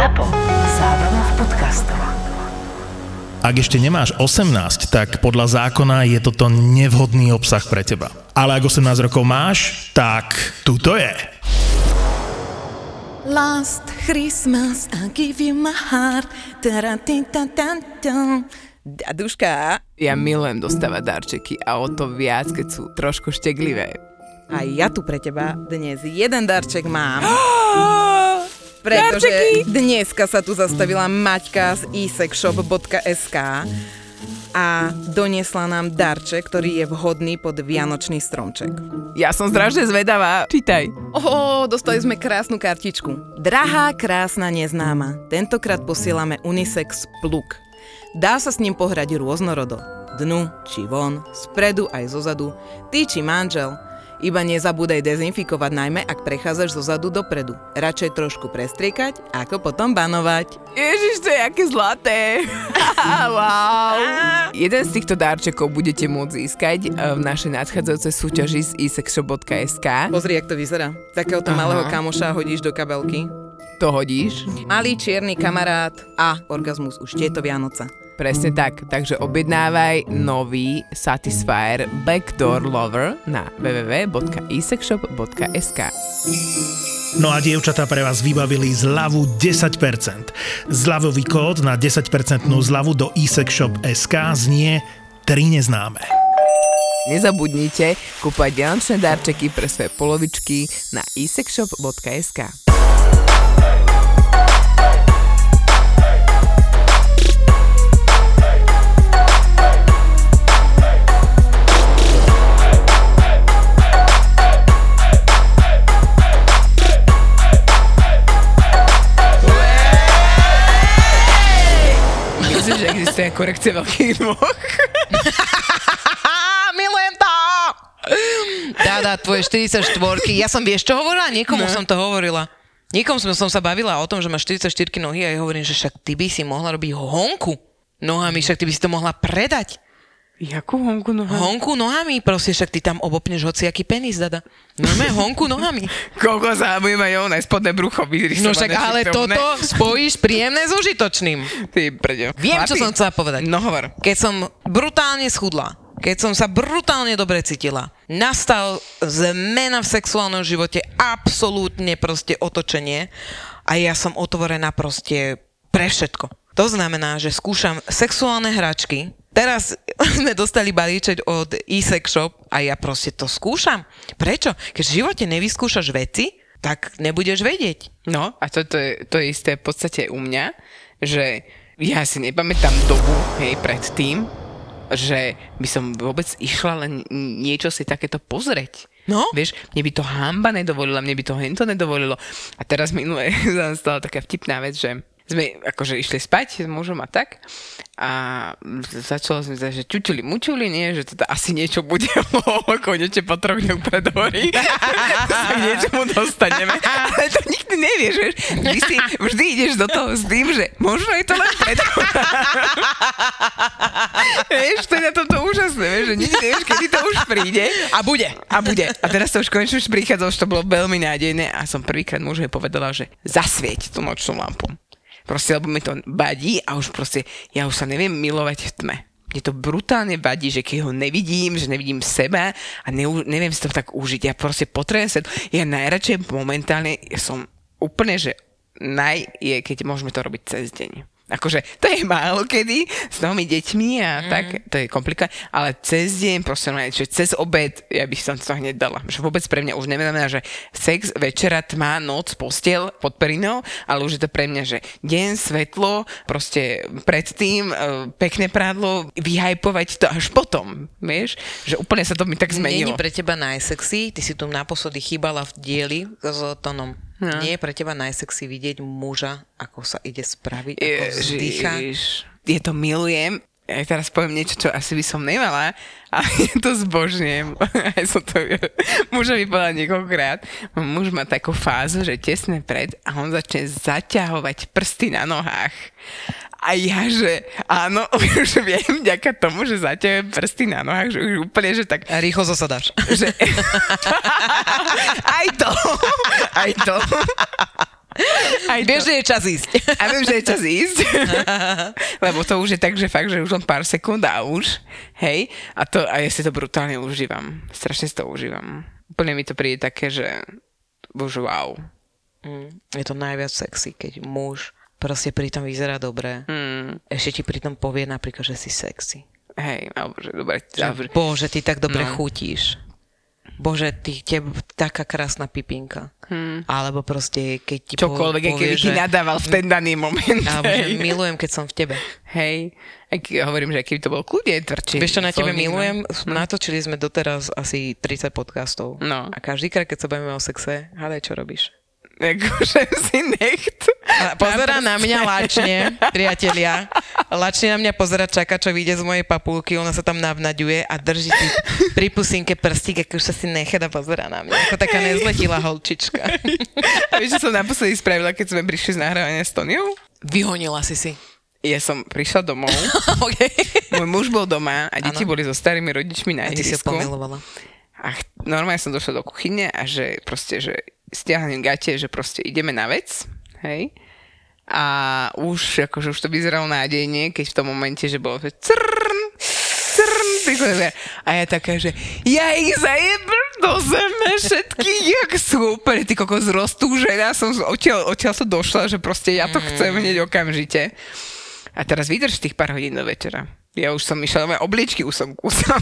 ZAPO. Zábrná v podcastov. Ak ešte nemáš 18, tak podľa zákona je toto nevhodný obsah pre teba. Ale ak 18 rokov máš, tak tuto je. Last Christmas I give you my heart. Daduška. Ja milujem dostávať darčeky a o to viac, keď sú trošku šteglivé. A ja tu pre teba dnes jeden darček mám. Pretože dneska sa tu zastavila Maťka z esexshop.sk a doniesla nám darček, ktorý je vhodný pod vianočný stromček. Ja som strašne zvedavá. Čítaj. Dostali sme krásnu kartičku. Drahá, krásna, neznáma. Tentokrát posielame unisex plug. Dá sa s ním pohrať rôznorodo. Dnu či von, spredu aj zozadu, ty či manžel. Iba nezabúdaj dezinfikovať, najmä ak prechádzaš zozadu dopredu. Radšej trošku prestriekať, ako potom banovať. Ježiš, to je aké zlaté. Wow. Jeden z týchto darčekov budete môcť získať v našej nadchádzajúcej súťaži z esexshop.sk. Pozri, jak to vyzerá. Takéhoto malého kamoša hodíš do kabelky. To hodíš. Malý čierny kamarát a orgazmus už tieto Vianoce. Presne tak, takže objednávaj nový Satisfyer Backdoor Lover na www.esexshop.sk. No a dievčatá pre vás vybavili zľavu 10%. Zľavový kód na 10% zľavu do esexshop.sk znie 3 neznáme. Nezabudnite kúpať vianočné darčeky pre svoje polovičky na esexshop.sk. Že existuje korekcia veľkých dvoch. Milujem to! Dá, tvoje 44-ky. Ja som, vieš čo hovorila? Niekomu som to hovorila. Niekomu som sa bavila o tom, že má 44 nohy a ja hovorím, že však ty by si mohla robiť honku nohami, však ty by si to mohla predať. Jakú honku nohami? Honku nohami, proste, však ty tam obopneš hociaký penis, dada. No honku nohami. Koľko sa budem aj ona, spodné brucho vyrysované. No však, ale toto spojíš príjemné s užitočným. Ty prďo. Viem, čo som chcela povedať. No hovor. Keď som brutálne schudla, keď som sa brutálne dobre cítila, nastal zmena v sexuálnom živote, absolútne proste otočenie a ja som otvorená proste pre všetko. To znamená, že skúšam sexuálne hračky. Teraz sme dostali balíček od eSexShop a ja proste to skúšam. Prečo? Keď v živote nevyskúšaš veci, tak nebudeš vedieť. No a to je isté v podstate u mňa, že ja si nepamätám dobu, predtým, že by som vôbec išla len niečo si takéto pozrieť. No? Vieš, mne by to hanba nedovolila, mne by to hento nedovolilo. A teraz minule sa stala taká vtipná vec, že sme akože išli spať s mužom a tak a začalo sme sa, že čučuli, mučuli, nie, že teda asi niečo bude konečne po 3 dňoch predhorí. Sa k niečomu dostaneme. Ale to nikdy nevieš, vieš. Vždy ideš do toho s tým, že možno je to len predhorí. Vieš, to je na tomto úžasné, vieš, že nikdy nevieš, kedy to už príde. A bude. A teraz to už konečne už prichádza, už to bolo veľmi nádejné a som prvýkrát mužovi povedala, že zasvieť tú nočnú lampu. Proste, lebo mi to vadí a už proste, ja už sa neviem milovať v tme. Mne to brutálne vadí, že keď ho nevidím, že nevidím seba a neviem si to tak užiť. Ja proste potrebujem sa, ja najradšej momentálne som úplne, že keď môžeme to robiť cez deň. Akože to je málo kedy s novými deťmi a tak, to je komplikované, ale cez deň, proste, že cez obed, ja by som to hneď dala. Že vôbec pre mňa už neznamená, že sex, večera, tma, noc, posteľ pod perinou, ale už je to pre mňa, že deň, svetlo, proste predtým, pekné prádlo, vyhajpovať to až potom, vieš? Že úplne sa to mi tak zmenilo. Nie je pre teba najsexy, ty si tu naposledy chýbala v dieli s Tonom. No. Nie je pre teba najsexy vidieť muža, ako sa ide spraviť, ako vzdychá? Ja to milujem. Ja teraz poviem niečo, čo asi by som nemala, ale ja to zbožňujem. Ja som to mužovi povedala niekoľkokrát. Muž má takú fázu, že tesne pred a on začne zaťahovať prsty na nohách. A ja, že áno, už viem, vďaka tomu, že zaťahujem prsty na nohách, že už úplne, že tak... A rýchlo zasadáš. Že... aj to. Vieš, že je čas ísť. A viem, že je čas ísť. Lebo to už je tak, že fakt, že už len pár sekúnd a už. Hej. A ja si to brutálne užívam. Strašne si to užívam. Úplne mi to príde také, že už wow. Je to najviac sexy, keď muž proste pritom vyzerá dobre. Ešte ti pritom povie napríklad, že si sexy. Hej, alebo že dobre. Bože, ty tak dobre chutíš. Bože, taká krásna pipinka. Alebo proste, keď ti čokoľvek, povie, keď ti nadával v ten daný moment. Alebo že milujem, keď som v tebe. Hej. Hovorím, že keby to bol kľudne tvrdšie. Vieš, čo na tebe milujem? Natočili sme doteraz asi 30 podcastov. No. A každýkrát, keď sa bavíme o sexe, hádaj, čo robíš? Akože si necht. Pozerá na mňa lačne, priatelia. Lačne na mňa pozerá, čaká, čo vyjde z mojej papulky, ona sa tam navnaďuje a drží ti pri pusinke prstík, ako už sa si neched a pozerá na mňa. Ako taká nezletila holčička. A vieš, čo som naposledy spravila, keď sme prišli z nahrávania s Toniou? Vyhonila si. Ja som prišla domov. Okay. Môj muž bol doma a deti boli so starými rodičmi na ihrisku. A ty si ho pomilovala. A normálne som došla do kuchyne a že proste, že stiahnem gate, že proste ideme na vec, hej. A už, akože už to vyzeralo nádejne, keď v tom momente, že bolo, že crrrn, a ja taká, že ja ich zajebem do zeme všetky, jak sú úplne, ty kokos roztúžená, som odtiaľ som došla, že proste ja to chcem hneď okamžite. A teraz vydrž tých pár hodín do večera. Ja už som išla, moje obličky už som kúsala,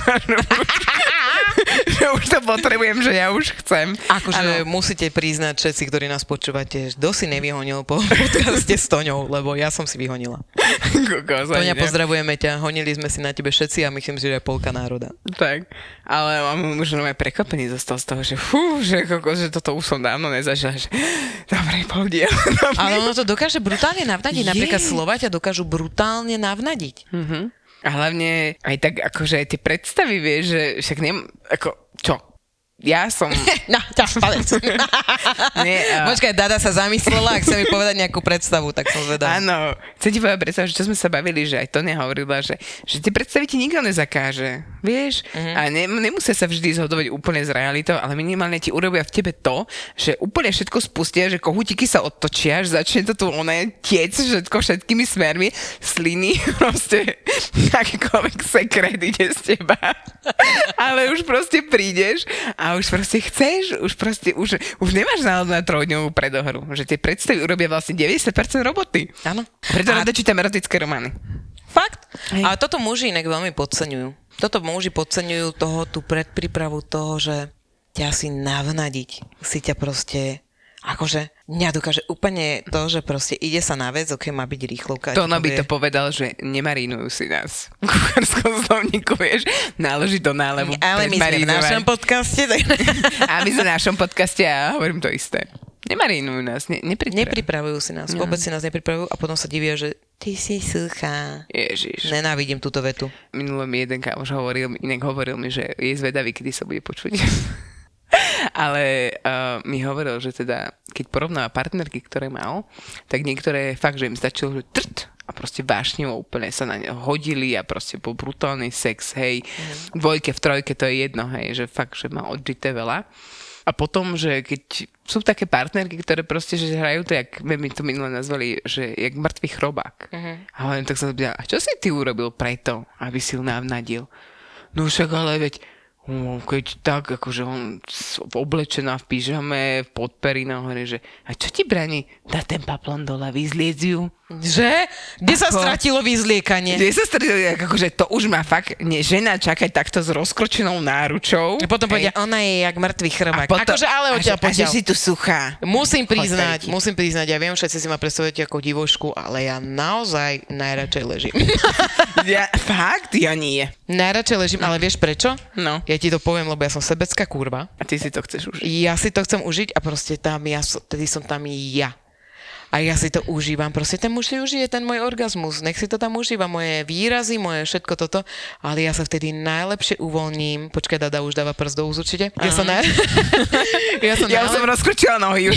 že už to potrebujem, že ja už chcem. Akože musíte priznať všetci, ktorí nás počúvate, že kto si nevyhonil po podcaste s Toňou, lebo ja som si vyhonila. Toňa, pozdravujeme ťa, honili sme si na tebe všetci a myslím si, že je polka národa. Tak, ale mám možno aj prekvapený zostal z toho, že že toto už som dávno nezažila, že dobrý poldiel. Ale ono to dokáže brutálne navnadiť, napríklad slova ťa dokážu brutálne navnadiť. A hlavne aj tak, akože aj tie predstavy, vieš, že však čo? Ja som... No, palec. Počkaj, Dada sa zamyslela a chce mi povedať nejakú predstavu, tak som zvedavá. Áno, chcem ti povedať predstavu, že čo sme sa bavili, že aj Tonia hovorila, že tie predstavy ti nikto nezakáže, vieš? A nemusia sa vždy zhodovať úplne s realitou, ale minimálne ti urobia v tebe to, že úplne všetko spustia, že kohútiky sa odtočia, že začne to tu tiec všetkými smermi, sliny, proste akýkoľvek sekret ide z teba. Ale už proste prídeš a už proste chceš, už nemáš náladu na 3-dňovú predohru. Že tie predstavy urobia vlastne 90% roboty. Áno. Preto rada čítam erotické romány. Fakt? Hej. A toto muži inak veľmi podceňujú. Muži podceňujú tú predprípravu toho, že ťa si navnadiť. Si ťa proste... Akože mňa dokáže úplne to, že proste ide sa na vec, má byť rýchlovka. To by to povedal, že nemarinujú si nás. V kuchárskom slovníku, vieš, náloží do nálevu. Ale my sme v našom podcaste. A my sme v našom podcaste a hovorím to isté. Nemarinujú nás, nepripravujú si nás, vôbec si nás nepripravujú a potom sa divia, že ty si suchá. Ježiš. Nenávidím túto vetu. Minulé mi jeden kámoš hovoril mi, že je zvedavý, kedy sa bude počuť. Ale mi hovoril, že teda, keď porovnáva partnerky, ktoré mal, tak niektoré fakt, že im stačilo, že a proste vášnivo úplne sa na ne hodili a proste bol brutálny sex, hej. V dvojke, v trojke to je jedno, hej, že fakt, že má odžité veľa. A potom, že keď sú také partnerky, ktoré proste, že hrajú to, jak my to minule nazvali, že jak mŕtvý chrobák. A hovorím, tak sa pýtam, a čo si ty urobil preto, aby si ju navnadil? No však ale veď keď tak, akože on oblečená v pyžame, v podperinách, hovorí, že a čo ti bráni? Dá ten paplon dole, vyzliec ju. Že? Kde sa stratilo vyzliekanie? Kde sa stratilo, akože to už má fakt žena čakať takto s rozkročenou náručou. A potom povedia, ona je jak mŕtvý chrobák. Akože ale odtiaľ poďal. A že si tu suchá. Musím priznať, ja viem, všetci si ma predstavujete ako divošku, ale ja naozaj najradšej ležím. Fakt? Ja nie. Najradšej ležím, ale vieš prečo? No. Ja ti to poviem, lebo ja som sebecká kurva. A ty si to chceš užiť. Ja si to chcem užiť a proste tedy som tam ja. A ja si to užívam. Proste ten muž si užije ten môj orgazmus. Nech si to tam užíva. Moje výrazy, moje všetko toto. Ale ja sa vtedy najlepšie uvoľním. Počkaj, Dada už dáva prst do úst určite. Ja som rozkročila nohy. Už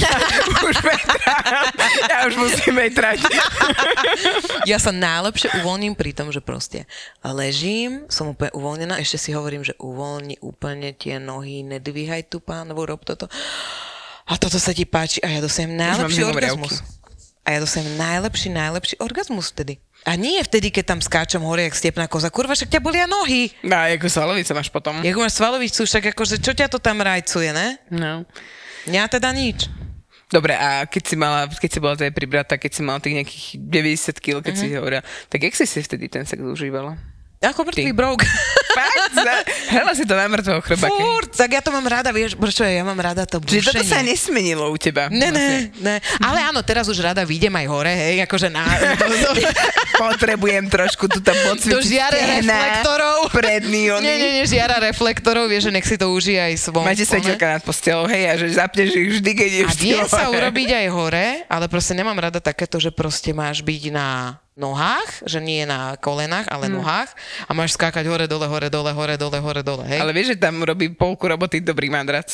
ja už musím metrať. Ja sa najlepšie uvoľním pri tom, že proste ležím, som úplne uvoľnená. Ešte si hovorím, že uvoľni úplne tie nohy, nedvíhaj tu pánovu, rob toto. a toto sa ti páči a ja dostanem najlepší mám orgazmus. A ja dostanem najlepší orgazmus vtedy. A nie vtedy, keď tam skáčem hore, jak stepná koza. Kurva, však ťa bolia nohy. No, ako svalovice máš potom. Jak máš svalovicu, však akože, čo ťa to tam rajcuje, ne? No. Ja teda nič. Dobre, a keď si bola teda pri brata, keď si mala tých nejakých 90 kg, keď si hovorila, tak jak si vtedy ten sex užívala? Ako mŕtvý brouk. Fakt? Hela si to na mŕtvého chrobáka. Furt, tak ja to mám rada, vieš, prečo ja mám rada to bušenie. Čiže toto sa nesmenilo u teba. Ne. Ale áno, teraz už rada vyjdem aj hore, hej, akože na... Potrebujem trošku túto pocvičiť. Do žiare reflektorov. Predný oný. Nie, žiara reflektorov, vieš, že nech si to užije aj svojom. Máte svetelka nad postelou, hej, a že zapneš ich vždy, keď je a vie sa urobiť aj hore, ale proste nemám rada takéto, že proste máš byť na nohách, že nie na kolenách, ale nohách a máš skákať hore, dole, hej. Ale vieš, že tam robí polku roboty dobrý madrac.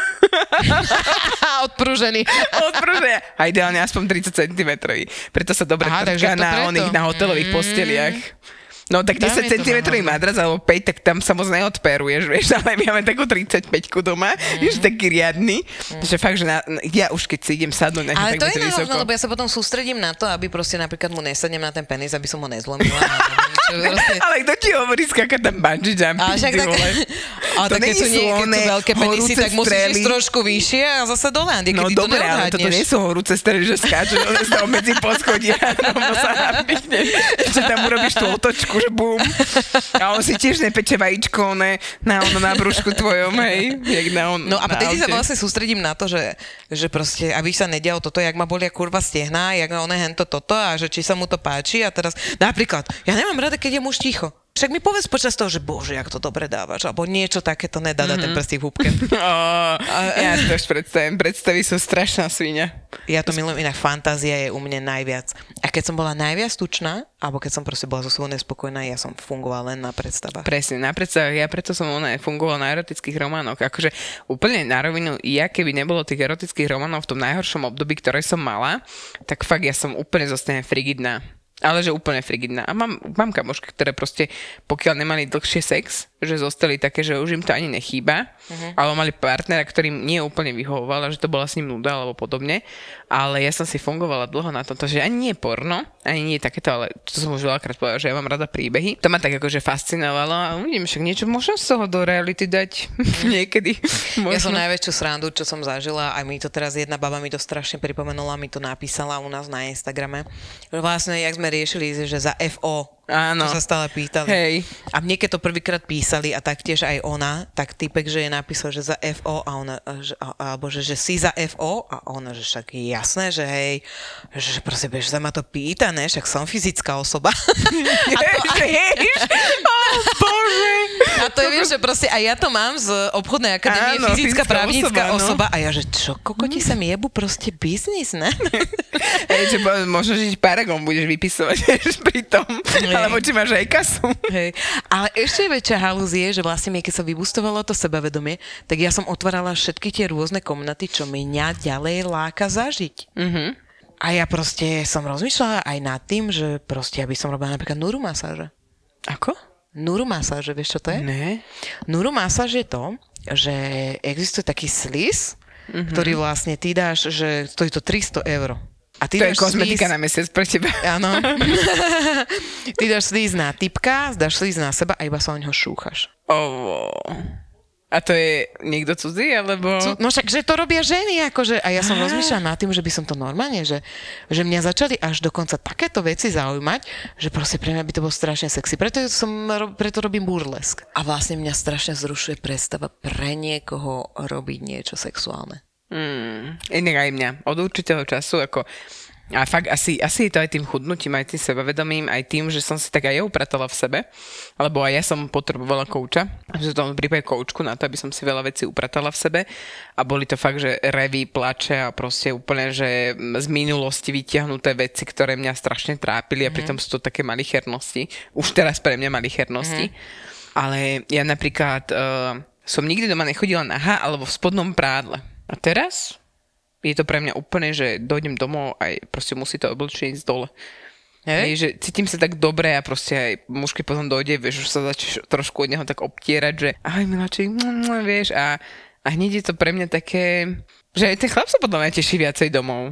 Odprúžený. A ideálne aspoň 30 cm. Preto sa dobre trčká na hotelových posteliach. No tak 10 cm madrac alebo 5, tak tam sa moc neodperuješ, vieš, ale my máme takú 35 doma, vieš, taký riadny, že fakt, že ja už keď si idem sadnúť na ale tak to je vysoko. lebo ja sa potom sústredím na to, aby proste napríklad mu nesadnem na ten penis, aby som ho nezlomila. Ale kto ti hovorí, skáka tam bungee jumping, ale však tak, ale to keď sú veľké penisy, tak musíš ísť trošku vyššie a zase dole, no dobre, ale toto nie sú horúce strely, že skáču medzi poschodia a rovno sa napichneš, že tam urobíš tú otočku, že bum. A on si tiež nepeče vajíčko, na brúšku tvojom, hej. No a vtedy sa vlastne sústredím na to, že proste, aby sa nedialo toto, jak ma bolia kurva stehná, jak ma toto a že či sa mu to páči a teraz, napríklad, ja nemám rada, keď je muž ticho. Však mi povedz počas toho, že bože, jak to dobre dávaš, alebo niečo takéto nedá ten prstík v húbke. Ja si to už predstavím. Predstavy sú strašná svinia. Ja to milujem, inak fantázia je u mňa najviac. A keď som bola najviac tučná, alebo keď som proste bola so svojou nespokojná, ja som fungovala len na predstavách. Presne, na predstavách. Ja preto som fungovala na erotických románoch. Akože úplne na rovinu, ja keby nebolo tých erotických románov v tom najhoršom období, ktoré som mala, tak fakt ja som úplne zostane frigidná. Ale že úplne frigidná. A mám kamošky, ktoré proste, pokiaľ nemali dlhšie sex, že zostali také, že už im to ani nechýba, ale mali partnera, ktorým nie úplne vyhovovala, že to bola s ním nuda alebo podobne. Ale ja som si fungovala dlho na tomto, že ani nie porno, ani nie takéto, ale to som už veľakrát povedala, že ja mám rada príbehy. To ma tak akože fascinovalo a uvidím, však niečo môžem z toho do reality dať niekedy. Možno. Ja som najväčšiu srandu, čo som zažila, a mi to teraz jedna baba mi to strašne pripomenula, mi to napísala u nás na Instagrame. Vlastne, jak sme riešili, že za FO, áno. To sa stále pýtali. Hej. A mne keď to prvýkrát písali a taktiež aj ona, tak typek, že je napísal, že za FO a ona, alebo že si za FO a ona, že však je jasné, že hej, že proste bež sa ma to pýta, ne, však som fyzická osoba. A to je, vieš, že proste aj ja to mám z obchodnej akadémie, fyzická právnická osoba a ja, že čo, kokoti sa mi jebu proste biznis, ne? Hej, že možno, že Paragon budeš vypisovať pri tom, alebo či máš aj kasu. Hej. Ale ešte väčšia halúz je, že vlastne mi, keď sa vybustovalo to sebavedomie, tak ja som otvárala všetky tie rôzne komnaty, čo mňa ďalej láka zažiť. A ja proste som rozmýšľala aj nad tým, že proste, aby som robila napríklad nurumasáže. Ako? Nurumasáže, vieš čo to je? Ne. Nurumasáž je to, že existuje taký slis, ktorý vlastne ty dáš, že stojí to 300 €. A ty to je kozmetika na mesiac pre teba. Áno. Ty dáš slíz na typka, dáš slíz na seba a iba sa o neho šúchaš. A to je niekto cudzí, alebo... No však, že to robia ženy, akože. A ja som rozmýšľala nad tým, že by som to normálne, že mňa začali až dokonca takéto veci zaujímať, že proste pre mňa by to bolo strašne sexy. Preto robím burlesk. A vlastne mňa strašne zrušuje predstava pre niekoho robiť niečo sexuálne. Inak aj mňa. Od určitého času, ako... A fakt asi je to aj tým chudnutím, aj tým sebavedomím, aj tým, že som si tak aj ja upratala v sebe, lebo aj ja som potrebovala kouča, že v tom prípade koučku na to, aby som si veľa vecí upratala v sebe a boli to fakt, že revy, plače a proste úplne, že z minulosti vytiahnuté veci, ktoré mňa strašne trápili a pritom sú to také malichernosti, už teraz pre mňa malichernosti, ale ja napríklad som nikdy doma nechodila nahá alebo v spodnom prádle. A teraz je to pre mňa úplne, že dojdem domov a proste musí to oblečenie ísť dole. Hej, že cítim sa tak dobre a proste aj mužky potom dojde, vieš, už sa začneš trošku od neho tak obtierať, že ahoj miláčik, vieš, a hneď je to pre mňa také, Že aj ten chlap sa podľa mňa teší viacej domov.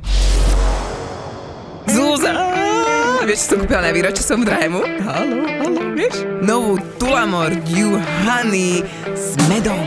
Zúza! Vieš, čo som kúpila na výročie som drahému? Haló, vieš? Novú Tulamor Dew Honey s medom.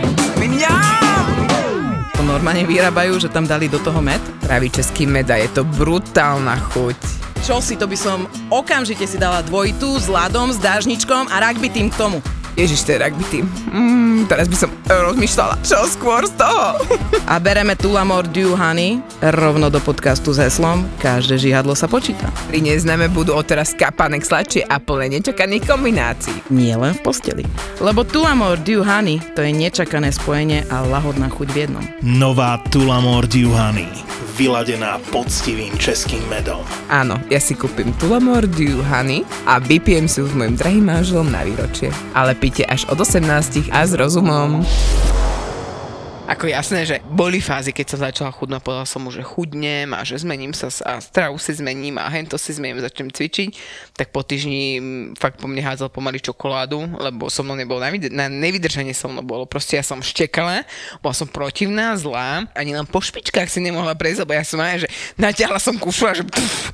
To normálne vyrábajú, že tam dali do toho med? Pravý český med a je to brutálna chuť. Čo si, to by som okamžite si dala dvojitú s ľadom, s dážničkom a rugby tým k tomu. Ježiš, to je rugby tým. Teraz by som rozmýšľala, čo skôr z toho. A bereme Tulamor Dew Honey rovno do podcastu s heslom Každé žihadlo sa počíta. Pri neznáme budú odteraz kapanek sladšie a plné nečakaných kombinácií. Nie len v posteli. Lebo Tulamor Dew Honey to je nečakané spojenie a lahodná chuť v jednom. Nová Tulamor Dew Honey, vyladená poctivým českým medom. Áno, ja si kúpim Tulamor Dew Honey a vypijem si ju s mojim drahým manželom na výročie. Ale píte až od 18 a s rozumom. Ako jasné, že boli fázy, keď som začala chudnúť, povedala som mu, že chudnem a že zmením sa a stravu si zmením a hento si zmením, začnem cvičiť. Tak po týždni fakt po mne hádzal pomaly čokoládu, lebo so mnou nebolo na nevydržanie so mnou bolo. Proste ja som štekala, bola som protivná, zlá, ani len po špičkách si nemohla prejsť, lebo ja som aj, že natiahla som kufru a že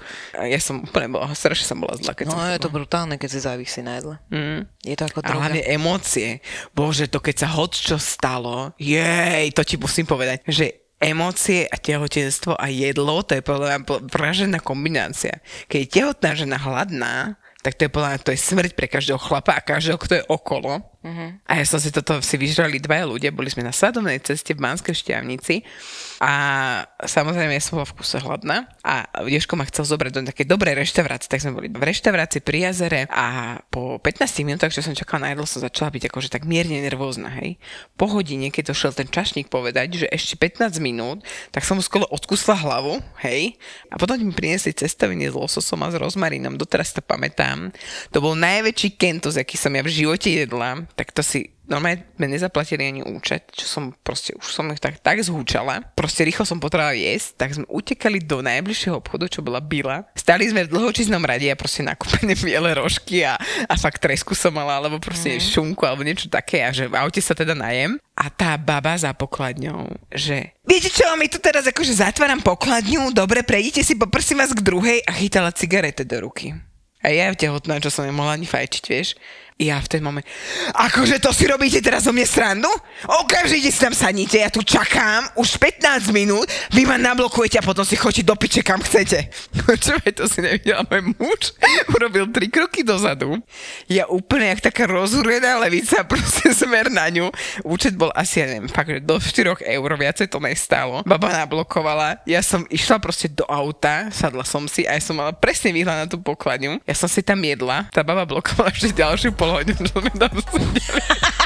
a ja som úplne bola, strašne som bola zlá. Keď je to brutálne, keď si závisí na jedle. Je to ako droga. A hlavne emócie. Bože, to keď sa čo stalo, to ti musím povedať, že emócie a tehotenstvo a jedlo, to je podľa mňa vražená kombinácia. Keď je tehotná žena hladná, tak to je podľa mňa, to je smrť pre každého chlapa a každého, kto je okolo. A ja som si toto si vyžrali dvaja ľudia, boli sme na svadobnej ceste v Banskej Štiavnici a samozrejme ja som bola v kuse hladná a Jožko ma chcel zobrať do takej dobrej reštaurácie, tak sme boli v reštaurácii pri jazere a po 15 minútach, čo som čakala na jedlo, som začala byť akože tak mierne nervózna, hej. Po hodine, keď došiel ten čašník povedať, že ešte 15 minút, tak som mu skoro odkusla hlavu, hej. A potom mi priniesli cestoviny s lososom a s rozmarínom, doteraz to pamätám. To bol najväčší kentos, aký som ja v živote jedla. Tak to si normálne sme nezaplatili ani účet, čo som proste, už som ich tak zhúčala. Proste rýchlo som potrebovala jesť, tak sme utekali do najbližšieho obchodu, čo bola Bila. Stali sme v dlhočísnom rade a proste nakúpené biele rožky a fakt tresku som mala, alebo proste šunku, alebo niečo také a že v aute sa teda najem. A tá baba za pokladňou, že viete čo, my tu teraz akože zatváram pokladňu, dobre, prejdite si, poprosím vás k druhej a chytala cigarete do ruky. A ja tehotná, čo som nemohla ani fajčiť, vieš. Ja v ten moment, akože to si robíte teraz o mne srandu? Okamžite si tam sadnite, ja tu čakám už 15 minút, vy ma nablokujete a potom si chodíte do piče kam chcete. Čo to si nevidela, môj muž urobil 3 kroky dozadu. Ja úplne jak taká rozúrená levica, proste smer na ňu. Účet bol asi, ja neviem, fakt, že do 4 eur viacej to nestálo. Baba nablokovala, ja som išla proste do auta, sadla som si a ja som mala presne výhľad na tú pokladňu. Ja som si tam jedla, tá baba blokovala ešte ďalšiu hodinu, čo sme tam sedeli.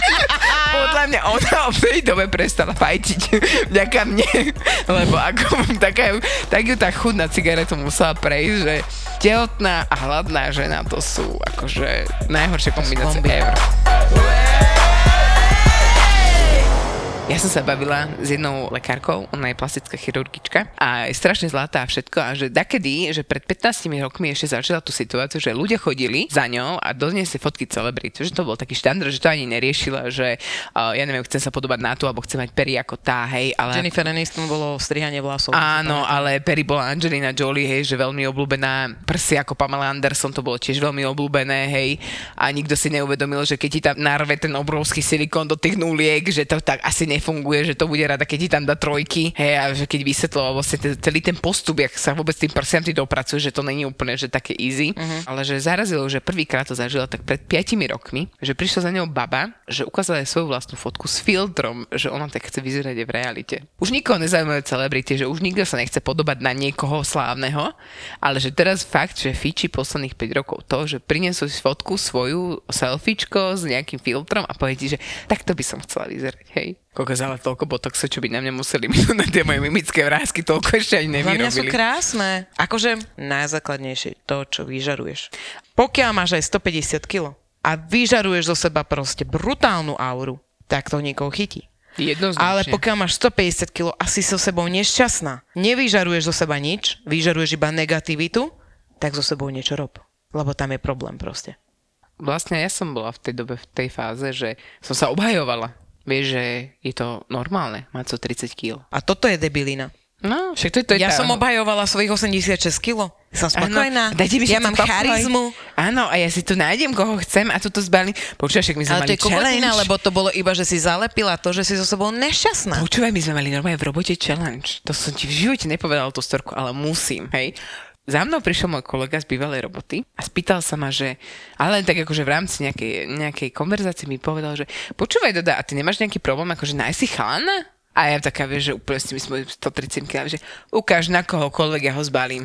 Podľa mňa ona v tej dobe prestala fajčiť vďaka mne, lebo ako tak ju tá chuť na cigaretu musela prejsť, že tehotná a hladná žena to sú akože najhoršie kombinácie ever. Ja som sa bavila s jednou lekárkou, ona je plastická chirurgička a je strašne zlatá a všetko a že dakedy, že pred 15 rokmi ešte začala tú situáciu, že ľudia chodili za ňou a doniesli fotky celebrít, že to bol taký štandard, že to ani neriešila, že ja neviem, chcem sa podobať na tú, alebo chcem mať pery ako tá, hej, ale... Jennifer Aniston bolo strihanie vlasov. Áno, ale pery bola Angelina Jolie, hej, že veľmi obľúbená, prsy ako Pamela Anderson, to bolo tiež veľmi obľúbené, hej, a nikto si neuvedomil, že keď ti tam narve ten obrovský silikón do tých nuliek, že to tak asi nefunguje, že to bude rada, keď ti tam dá trojky, hej, a že keď vysvetloval vlastne celý ten postup, jak sa vôbec tým prsiam ty dopracuje, že to není úplne, že také easy, ale že zarazilo, že prvýkrát to zažila tak pred 5 rokmi, že prišla za ňou baba, že ukázala jej svoju vlastnú fotku s filtrom, že ona tak chce vyzerať v realite. Už nikoho nezaujímajú celebrity, že už nikto sa nechce podobať na niekoho slávneho, ale že teraz fakt, že fíči posledných 5 rokov to, že prinesú si fotku svoju selfiečko s nejakým filtrom a povie ti, že takto by som chcela vyzerať, hej. Kokazala toľko botoxe, čo by na mňa museli minúť na tie moje mimické vrásky, toľko ešte ani nevyrobili. Hlavne sú krásne. Akože najzákladnejšie to, čo vyžaruješ. Pokiaľ máš aj 150 kg a vyžaruješ zo seba proste brutálnu auru, tak to niekoho chytí. Ale pokiaľ máš 150 kg a si so sebou nešťastná, nevyžaruješ zo seba nič, vyžaruješ iba negativitu, tak so sebou niečo rob. Lebo tam je problém proste. Vlastne ja som bola v tej dobe, v tej fáze, že som sa obhajovala. Vieš, že je to normálne mať 130 kg. A toto je debilina. No, však to je Ja tá... som obhajovala svojich 86 kg. Som spokojná. Ja mám charizmu. Áno, a ja si tu nájdem, koho chcem a tu zbalím. Počúvaj, však my sme Ale mali to je kokotina, challenge. lebo to bolo iba, že si zalepila to, že si so sebou nešťastná. Počúvaj, my sme mali normálne v robote challenge. To som ti v živote nepovedala tú storku, ale musím, hej. Za mnou prišiel môj kolega z bývalej roboty a spýtal sa ma, že, ale len tak akože v rámci nejakej konverzácie mi povedal, že počúvaj, Doda, a ty nemáš nejaký problém akože nájsť si chalana? A ja taká, vieš, že úplne s tými svojimi 130 kg, že ukáž na kohokoľvek, ja ho zbalím.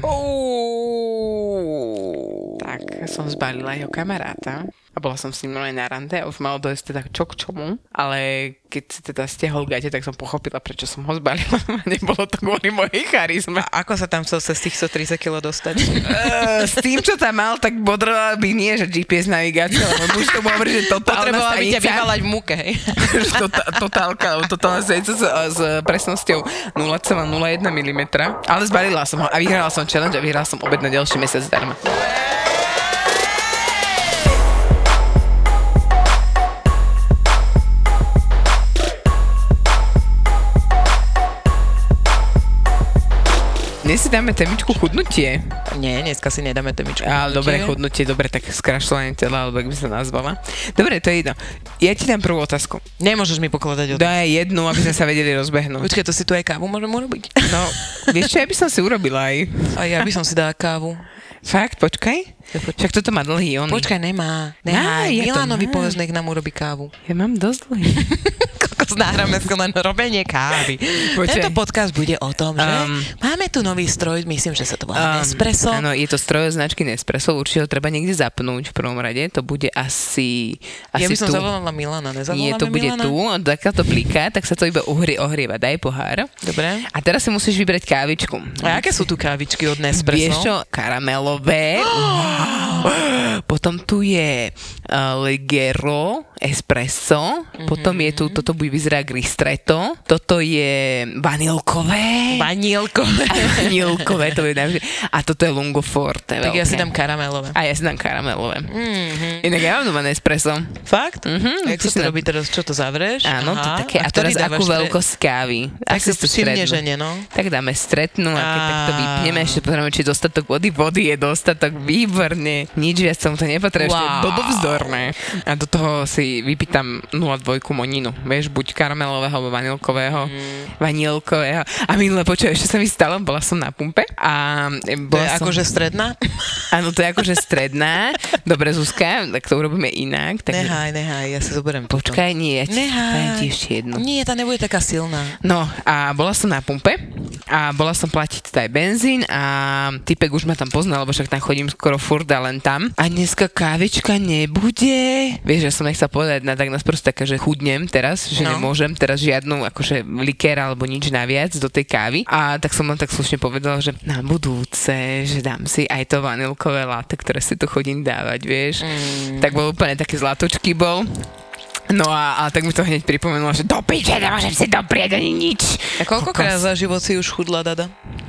Tak som zbalila jeho kamaráta a bola som s ním na rande a už malo dojsť teda čo k čomu, ale keď si teda stiahol gate, tak som pochopila, prečo som ho zbalila. Nebolo to kvôli mojej charizme. A ako sa tam chcel z tých 130 kg dostať? S tým, čo tam mal, tak bodrovala by nie, že GPS navigácia, lebo už to hovorí, že totálna Potrebovala by ťa stanica. vyvalať v muke, hej? Totálna stanica s presnosťou 0,01 mm. Ale zbalila som ho a vyhrala som challenge a vyhrala som obed na ďalší mesiac zdarma. Dnes si dáme témičku chudnutie. Nie, dneska si nedáme témičku. Ale dobre, chudnutie, dobre, tak skrašľovanie tela, alebo ak by sa nazvala. Dobre, to je jedno. Ja ti dám prvú otázku. Nemôžeš mi pokladať otázku. Daj jednu, aby sme sa vedeli rozbehnúť. Počkaj, to si tu aj kávu môžem urobiť? No, vieš čo, ja by som si urobila aj. A ja by som si dala kávu. Fakt, počkaj. Však toto má dlhý on. Počkaj, nemá. Nehaj, ja to Milanovi mám. povedz, nech nám urobí kávu. Ja mám dosť dlhý. Kokos, nahráme si len robenie kávy. Počkaj. Tento podcast bude o tom, že máme tu nový stroj, myslím, že sa to volá Nespresso. Áno, je to stroj od značky Nespresso, určite ho treba niekde zapnúť v prvom rade. To bude asi Ja by som tu. zavolala Milana, nezavoláme Nie, to bude Milana? tu, takáto plíka, tak sa to iba ohrieva, daj pohár. Dobre. A teraz si musíš vybrať kávičku. A aké sú tu kávičky od Nespresso? Vieš čo? Karamelové. Potom tu je Leggero, espresso. Potom je tu, toto bude vyzerá ristretto. Toto je vanilkové. Vanilkové, to je najlepšie. A toto je lungo forte. Tak ja si veľké. dám karamelové. A ja si dám karamelové. Inak ja mám doma Nespresso. Fakt? Jak Ty sa si to na- robí teraz? Čo to zavrieš? Áno, to Aha. také. A ktorý teraz dávaš akú veľkosť kávy? Tak Asi si tú všimne, strednú. že nie, no. Tak dáme stretnú a keď tak to vypneme, ešte pozrieme, či je dostatok vody. Vody je dostatok, výborne. Nič viac som to nepotrebujem, ešte je dodovzdorné. A do toho si vypýtam 0,2 moninu. Vieš, buď karamelového, alebo vanilkového. A minule počuj, ešte sa mi stalo, bola som na pumpe a To je akože stredná? Áno, to je akože stredná. Dobre, Zuzka, tak to urobíme inak. Tak... Nehaj, ja si zoberiem túto. Počkaj, nie, ja ti dajem ti ešte jednu. Nie, tá nebude taká silná. No a bola som na pumpe a bola som platiť teda aj benzín a typek už ma tam poznal, lebo však tam chodím skoro furt a len tam. A dneska kávička nebude. Vieš, že som nechcel povedať tak nás proste taká, že chudnem teraz, že nemôžem teraz žiadnu akože likér alebo nič naviac do tej kávy. A tak som len tak slušne povedala, že na budúce, že dám si aj to vanilkové latte, ktoré si tu chodím dávať, vieš. Tak bol úplne taký zlatočký bol. No a tak mi to hneď pripomenulo, že do piče, nemôžem si doprieť ani nič. A koľkokrát za život si už chudla, Dada?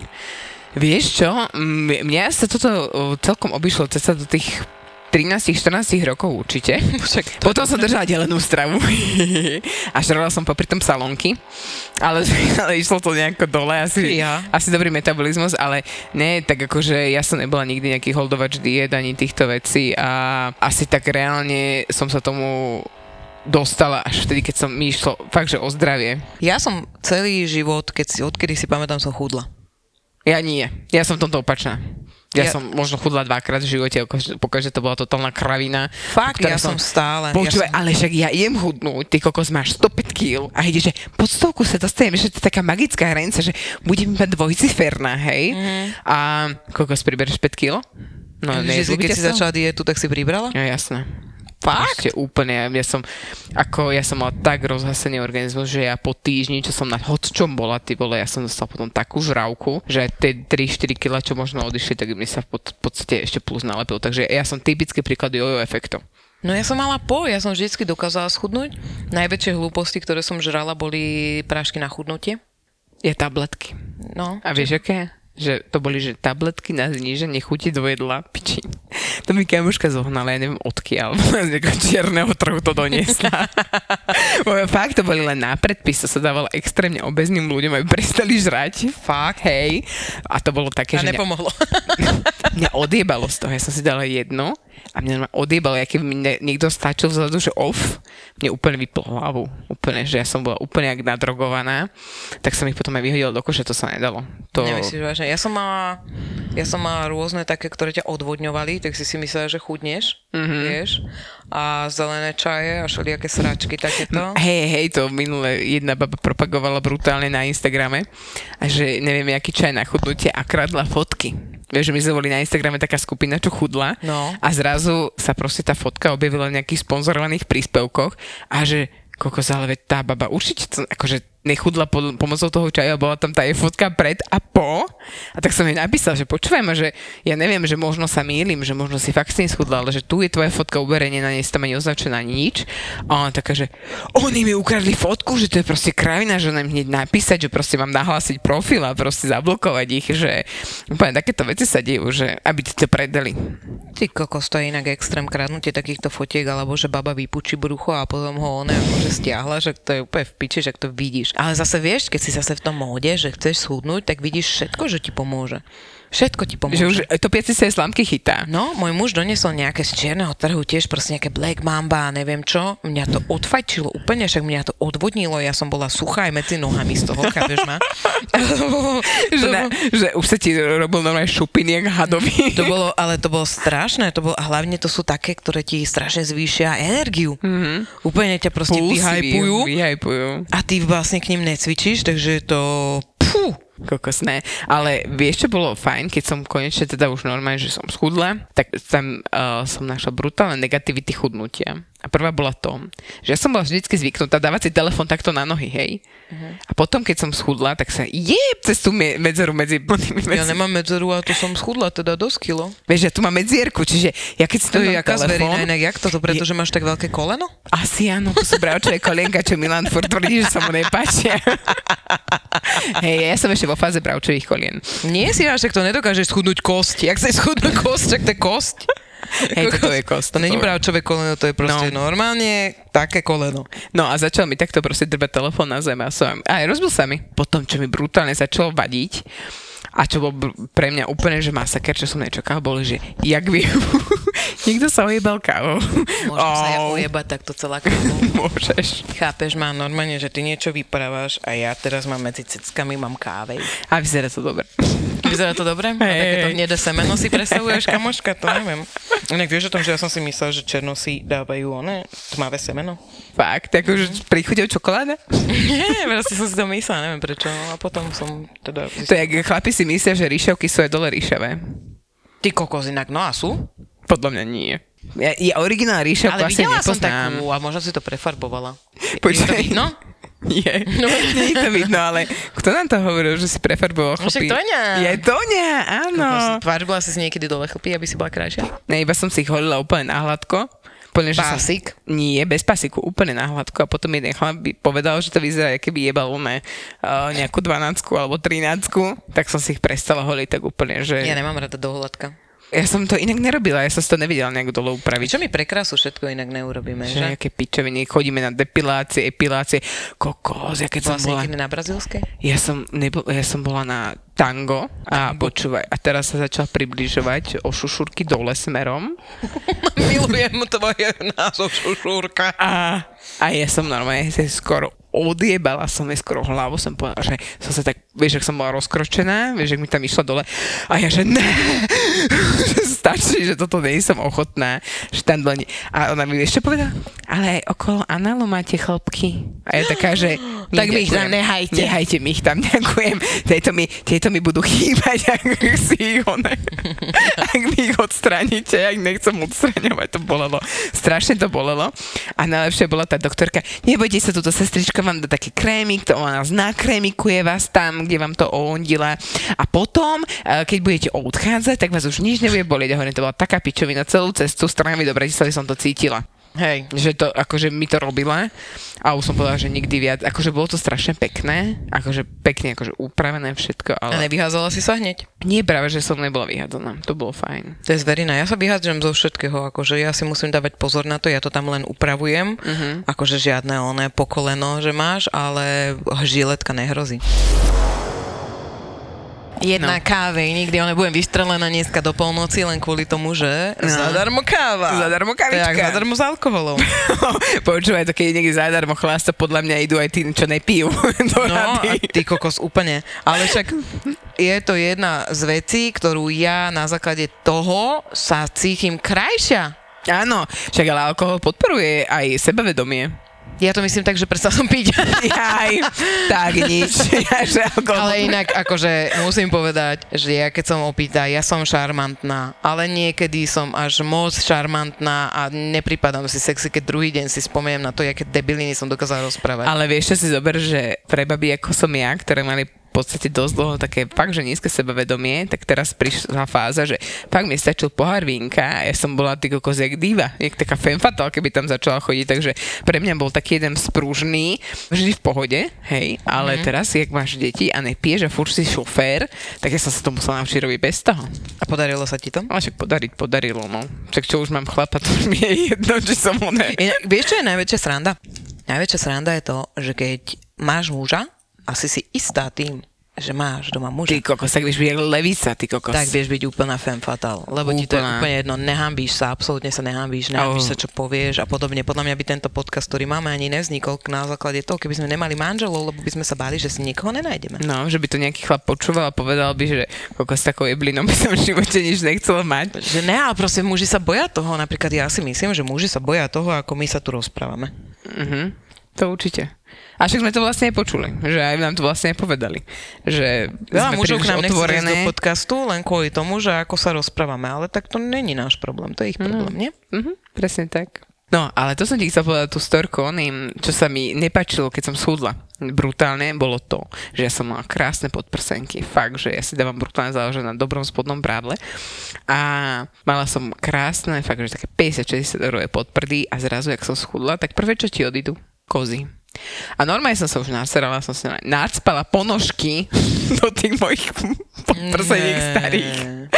Vieš čo, mňa sa toto celkom obišlo cesta do tých 13-14 rokov určite. Potom som držala delenú stravu a žrala som popri tom salónky, ale išlo to nejako dole, asi dobrý metabolizmus, ale ne, tak akože ja som nebola nikdy nejaký holdovač diét ani týchto vecí a asi tak reálne som sa tomu dostala až vtedy, keď mi išlo fakt, že o zdravie. Ja som celý život, odkedy si pamätám, som chudla. Ja nie, ja som v tomto opačná. Ja som možno chudla 2-krát v živote, pokaždé to bola totálna kravina. Fakt, ja som stále. Počúvaj, ale však ja idem chudnúť, ty kokos máš 105 kg a ideš, že pod 100 sa dostaneme, že to je taká magická hranica, že budeme mať dvojciferná, hej? A kokos pribereš 5 kg? No, keď si začala dietu, tak si pribrala? Ja, jasné. Fakt? Ešte úplne, ja som mal tak rozhasený organizmus, že ja po týždni, čo som na hocčom bola, ty vole, ja som dostala potom takú žravku, že tie 3-4 kg, čo možno odišli, tak mi sa v podstate ešte plus nalepil. Takže ja som typický príklad jojo efektu. No ja som mala ja som vždycky dokázala schudnúť. Najväčšie hlúposti, ktoré som žrala, boli prášky na chudnutie. Je tabletky. No. A vieš aké? Že to boli, že tabletky na zníženie chuti do jedla, piči. To mi kamoška zohnala, ja neviem odkiaľ, z nejakého čierneho trhu to doniesla. Fakt, to boli len na predpis, to sa dávalo extrémne obezným ľuďom, aby prestali žrať. Fakt, hej. A to bolo také, A že nepomohlo. mňa odjebalo z toho. Ja som si dala jedno a mňa odjebalo, ja keby mi niekto stačil vzhľadu, že off, mne úplne vyplo hlavu. Úplne, že ja som bola úplne jak nadrogovaná. Tak som ich potom aj vyhodila do koša, to sa nedalo. To... Nemyslíš vážne. Ja som mala rôzne také, ktoré ťa odvodňovali, tak si myslela, že chudneš, vieš. A zelené čaje a všelijaké sračky takéto. Hej, to minule jedna baba propagovala brutálne na Instagrame a že neviem, aký čaj na chudnutie a kradla fotky. Vieš, že my sme boli na Instagrame taká skupina, čo chudla a zrazu sa proste tá fotka objavila v nejakých sponzorovaných príspevkoch a že kokos, ale veď tá baba určite to, akože nechudla pomocou toho čaju a bola tam tá jej fotka pred a po. A tak som jej napísal, že počúvaj ma, že ja neviem, že možno sa mýlim, že možno si fakt s tým schudla, ale že tu je tvoja fotka uverejnená, nie je tam ani označená nič. A ona taká, že oni mi ukradli fotku, že to je proste kravina, že nám hneď napísať, že proste mám nahlásiť profil a proste zablokovať ich, že úplne takéto veci sa dejú, že aby ti to predali. Ty kokos, to je inak extrém kradnutie takýchto fotiek, alebo že baba vypučí brucho a potom ho ona akože stiahla, že to je úplne v piči, že to vidíš. Ale zase vieš, keď si zase v tom móde, že chceš schudnúť, tak vidíš všetko, že ti pomôže. Všetko ti pomôže. Že už to piaci sa slámky chytá. No, môj muž doniesol nejaké z čierneho trhu, tiež proste nejaké Black Mamba a neviem čo. Mňa to odfajčilo úplne, však mňa to odvodnilo, ja som bola suchá aj medzi nohami z toho, chápeš ma? že už sa ti robil normálne šupiny jak hadový. To bolo strašné, a hlavne to sú také, ktoré ti strašne zvýšia energiu. Mm-hmm. Úplne ťa proste vyhypujú. A ty vlastne k ním necvičíš, takže to... Kokosné. Ale vieš, čo bolo fajn, keď som konečne teda už normálne, že som schudla, tak tam som našla brutálne negativity chudnutia. A prvá bola to, že ja som bola vždycky zvyknutá dávať si telefón takto na nohy, hej. A potom, keď som schudla, tak sa cez tú medzeru medzi... Ja nemám medzeru, a to som schudla teda dosť kilo. Vieš, ja tu mám medzierku, čiže ja keď si to je jaká zverina, inak jak toto, pretože máš tak veľké koleno? Asi áno, to sú bravčové kolienka, čo Milan furt tvrdí, že sa mu nepáčia. Hej, ja som ešte vo fáze bravčových kolien. Nie si až, tak to nedokážeš schudnúť kosť. Jak sa schudnúť kosť, tak to je kosť. Hej, toto je kost. To není bravčové koleno, to je proste normálne také koleno. No a začal mi takto proste drbať telefón na zem a rozbil sa mi. Potom, čo mi brutálne začalo vadiť a čo bol pre mňa úplne, že masaker, čo som nečakal, bolo, že jak by niekto sa ojebal kávou. Môžem sa ja ojebať takto celá kávou. Môžeš. Chápeš ma normálne, že ty niečo vyprávaš a ja teraz mám medzi ceckami, mám kávej. A vyzerá to dobre. Vyzerá to dobre? A takéto hnedé semeno si predstavuješ, kamoška? To neviem. Inak vieš o tom, že ja som si myslel, že černosy dávajú tmavé semeno? Fakt? Akože príchuťou čokoláda? Nie, proste som si to myslela, neviem prečo. A potom som teda... To je, jak chlapi si myslia, že ríšavky sú aj dole ríšavé. Ty kokos, inak, no a sú? Podľa mňa nie. Ja originál ríšavku asi nepoznám. Ale videla som takú a možno si to prefarbovala. Počkaj. Je to vidno? Nie, no, nie je to vidno, ale kto nám to hovoril, že si prefarboval chlpy? Však Toňa. Je Toňa, áno. Farbila si niekedy dole chlpy, aby si bola krajšia? Ne, iba som si ich holila úplne na hladko. Pásik? Nie, bez pasiku, úplne na hladko. A potom jeden chlap by povedal, že to vyzerá, keby jebal nejakú 12 alebo 13, tak som si ich prestala holiť tak úplne, že... Ja nemám rada do hladka. Ja som to inak nerobila, ja som si to nevidela nejak dole upraviť. Čo mi pre krásu všetko inak neurobíme, že? Aké pičoviny, chodíme na depilácie, epilácie, kokos, ja keď som bola... Vlastne na brazílskej? Ja som bola na tango a počúvaj, a teraz sa začala približovať o šušúrky dole smerom. Milujem tvoje názov šušúrka. A ja som normálne skoro odjebala som jej skoro hlavu, som povedala, že som sa tak, vieš, ak som bola rozkročená, vieš, ak mi tam išla dole a ja, že ne, stačí, že toto nie som ochotná, že tam dole a ona mi vieš čo povedala? Ale aj okolo análu máte chlopky. A ja taká, že tak mi ich tam nehajte. Nehajte mi ich tam, ďakujem. Tieto mi budú chýbať, ak si ich ak mi ich odstránite, ak nechcem odstraňovať, to bolelo. Strašne to bolelo. A najlepšie bola tá doktorka, nebojte sa, túto sestrička vám dá taký krémik, to ona nás nakrémikuje vás tam, kde vám to ondila. A potom, keď budete odchádzať, tak vás už nič nebude bolieť. A hovorím, to bola taká pičovina celú cestu, strávy do Bratislavy som to cítila. Hej. Že to, akože mi to robila a už som povedala, že nikdy viac. Akože bolo to strašne pekné, akože pekne, akože upravené všetko, A ale nevyházala si sa hneď? nie práve, že som nebola vyhádzaná. To bolo fajn. To je zverina. Ja sa vyhádžem zo všetkého, akože ja si musím dávať pozor na to, ja to tam len upravujem, akože žiadne oné pokoleno, že máš, ale žiletka nehrozí. Jedna káve, nikdy nebudem vystrelená dneska do polnoci, len kvôli tomu, že zadarmo káva. Zadarmo To je kavička. jak zadarmo s alkoholom. Počúvaj, to keď je niekde zadarmo chlásta, podľa mňa idú aj tí, čo nepijú. No a ty kokos úplne. Ale však je to jedna z vecí, ktorú ja na základe toho sa cítim krajšia. Áno, však ale alkohol podporuje aj sebavedomie. Ja to myslím tak, že prestal som piť. Aj, tak nič. Ale inak, akože musím povedať, že ja keď som opýta, ja som šarmantná, ale niekedy som až moc šarmantná a nepripadám si sexy, keď druhý deň si spomeniem na to, aké debiliny som dokázala rozprávať. Ale vieš, čo si zober, že pre baby ako som ja, ktoré mali v podstate dosť dlho také fakt, že nízke sebavedomie, tak teraz prišla fáza, že fakt mi stačil pohár vínka a ja som bola ty kokos jak diva, jak taká femme fatale, keby tam začala chodiť, takže pre mňa bol taký jeden sprúžný, vždy v pohode, hej, ale teraz, jak máš deti a nepiješ a furt si šofér, tak ja som sa to musela naučiť robiť bez toho. A podarilo sa ti to? Ale však podarilo, no. Však čo už mám chlapa, to mi je jedno, či som oné. Inak, vieš, čo je najväčšia sranda? Najväčšia sranda je to, že keď máš muža, asi si istá tým, že máš doma muža. Ty kokos, tak vieš byť jak levica, ty kokos. Tak vieš byť úplná femme fatale, lebo ti to je úplne jedno, nehambíš sa, absolútne sa nehambíš sa, čo povieš a podobne. Podľa mňa by tento podcast, ktorý máme, ani nevznikol na základe toho, keby sme nemali manželov, lebo by sme sa báli, že si niekoho nenájdeme. No, že by to nejaký chlap počúval a povedal by, že kokos takou jeblinou by som v živote nič nechcel mať. Že ne, ale proste muži sa boja toho, napríklad ja si myslím, že muži sa boja toho, ako my sa tu rozprávame. To určite. A však sme to vlastne aj počuli, že aj nám to vlastne aj povedali. Že Veľa sme mužov k nám nechce ísť do otvorené. podcastu len kvôli tomu, že ako sa rozprávame, ale tak to není náš problém, to je ich problém, nie? Presne tak. No, ale to som ti chcel povedať tú storku, oným, čo sa mi nepáčilo, keď som schudla. Brutálne bolo to, že ja som mala krásne podprsenky. Fakt, že ja si dávam brutálne záležať na dobrom spodnom prádle. A mala som krásne, fakt, že také 50-60 eurové podprdy a zrazu, jak som schudla, tak prvé, čo ti odídu? Kozy. A normálne som sa už nasrala, som si nacpala ponožky do tých mojich podprseniek starých.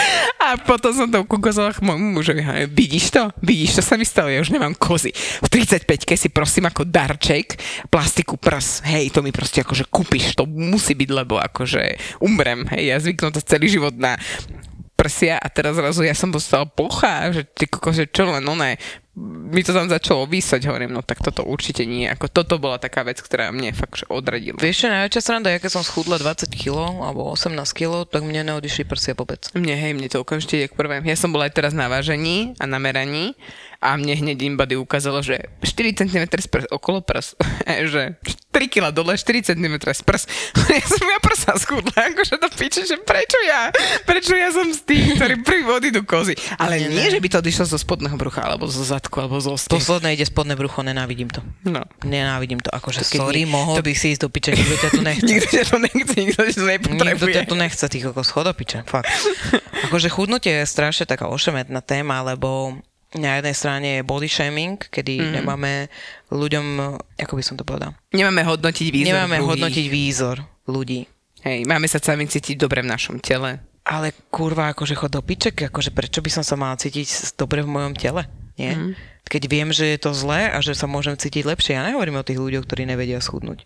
A potom som to ukázala môjmu mužovi. Vidíš to? Vidíš, čo sa mi stalo? Ja už nemám kozy. V 35-ke si prosím ako darček plastiku prs. Hej, to mi proste akože kúpiš. To musí byť, lebo akože umrem. Hej, ja zvyknú to celý život na prsia a teraz zrazu ja som dostala plocha, že ty kokos, že čo len oné, mi to tam začalo výsať, hovorím, no tak toto určite nie, ako toto bola taká vec, ktorá mne fakt že odradila. Vieš čo, najväčšia sranda, ja keď som schudla 20 kg alebo 18 kg, tak mne neodišli prsia vôbec. Mne to okamžite ide k prvé. Ja som bola aj teraz na vážení a na meraní a mne hneď InBody ukázalo, že 4 cm z prs, okolo prs, že 3 kg dole, 4 cm z prs. Ja som ja prsa schudla, akože to piče, že prečo ja som z tých, ktorí prvý odídu kozy. Ale nie, že by to odišlo zo spodného brucha, alebo zo zadku, alebo zo stien. Posledné ide spodné brucho, nenávidím to. No. Nenávidím to, akože To keď sorry, nie- mohol by si ísť do piče, nikto ťa tu nechce. Nikto ťa to nechce, nikto ťa to Nikto nepotrebuje. ťa tu nechce, ty kokos, chod do piče, fakt. Akože chudnutie je strašne taká ošemetná téma, lebo na jednej strane je body shaming, kedy nemáme ľuďom, ako by som to povedal? Nemáme hodnotiť výzor Nemáme druhých. hodnotiť výzor ľudí. Hej, máme sa sami cítiť dobre v našom tele. Ale kurva, akože chod do piček, akože prečo by som sa mala cítiť dobre v mojom tele? Nie? Keď viem, že je to zlé a že sa môžem cítiť lepšie. Ja nehovorím o tých ľuďoch, ktorí nevedia schudnúť.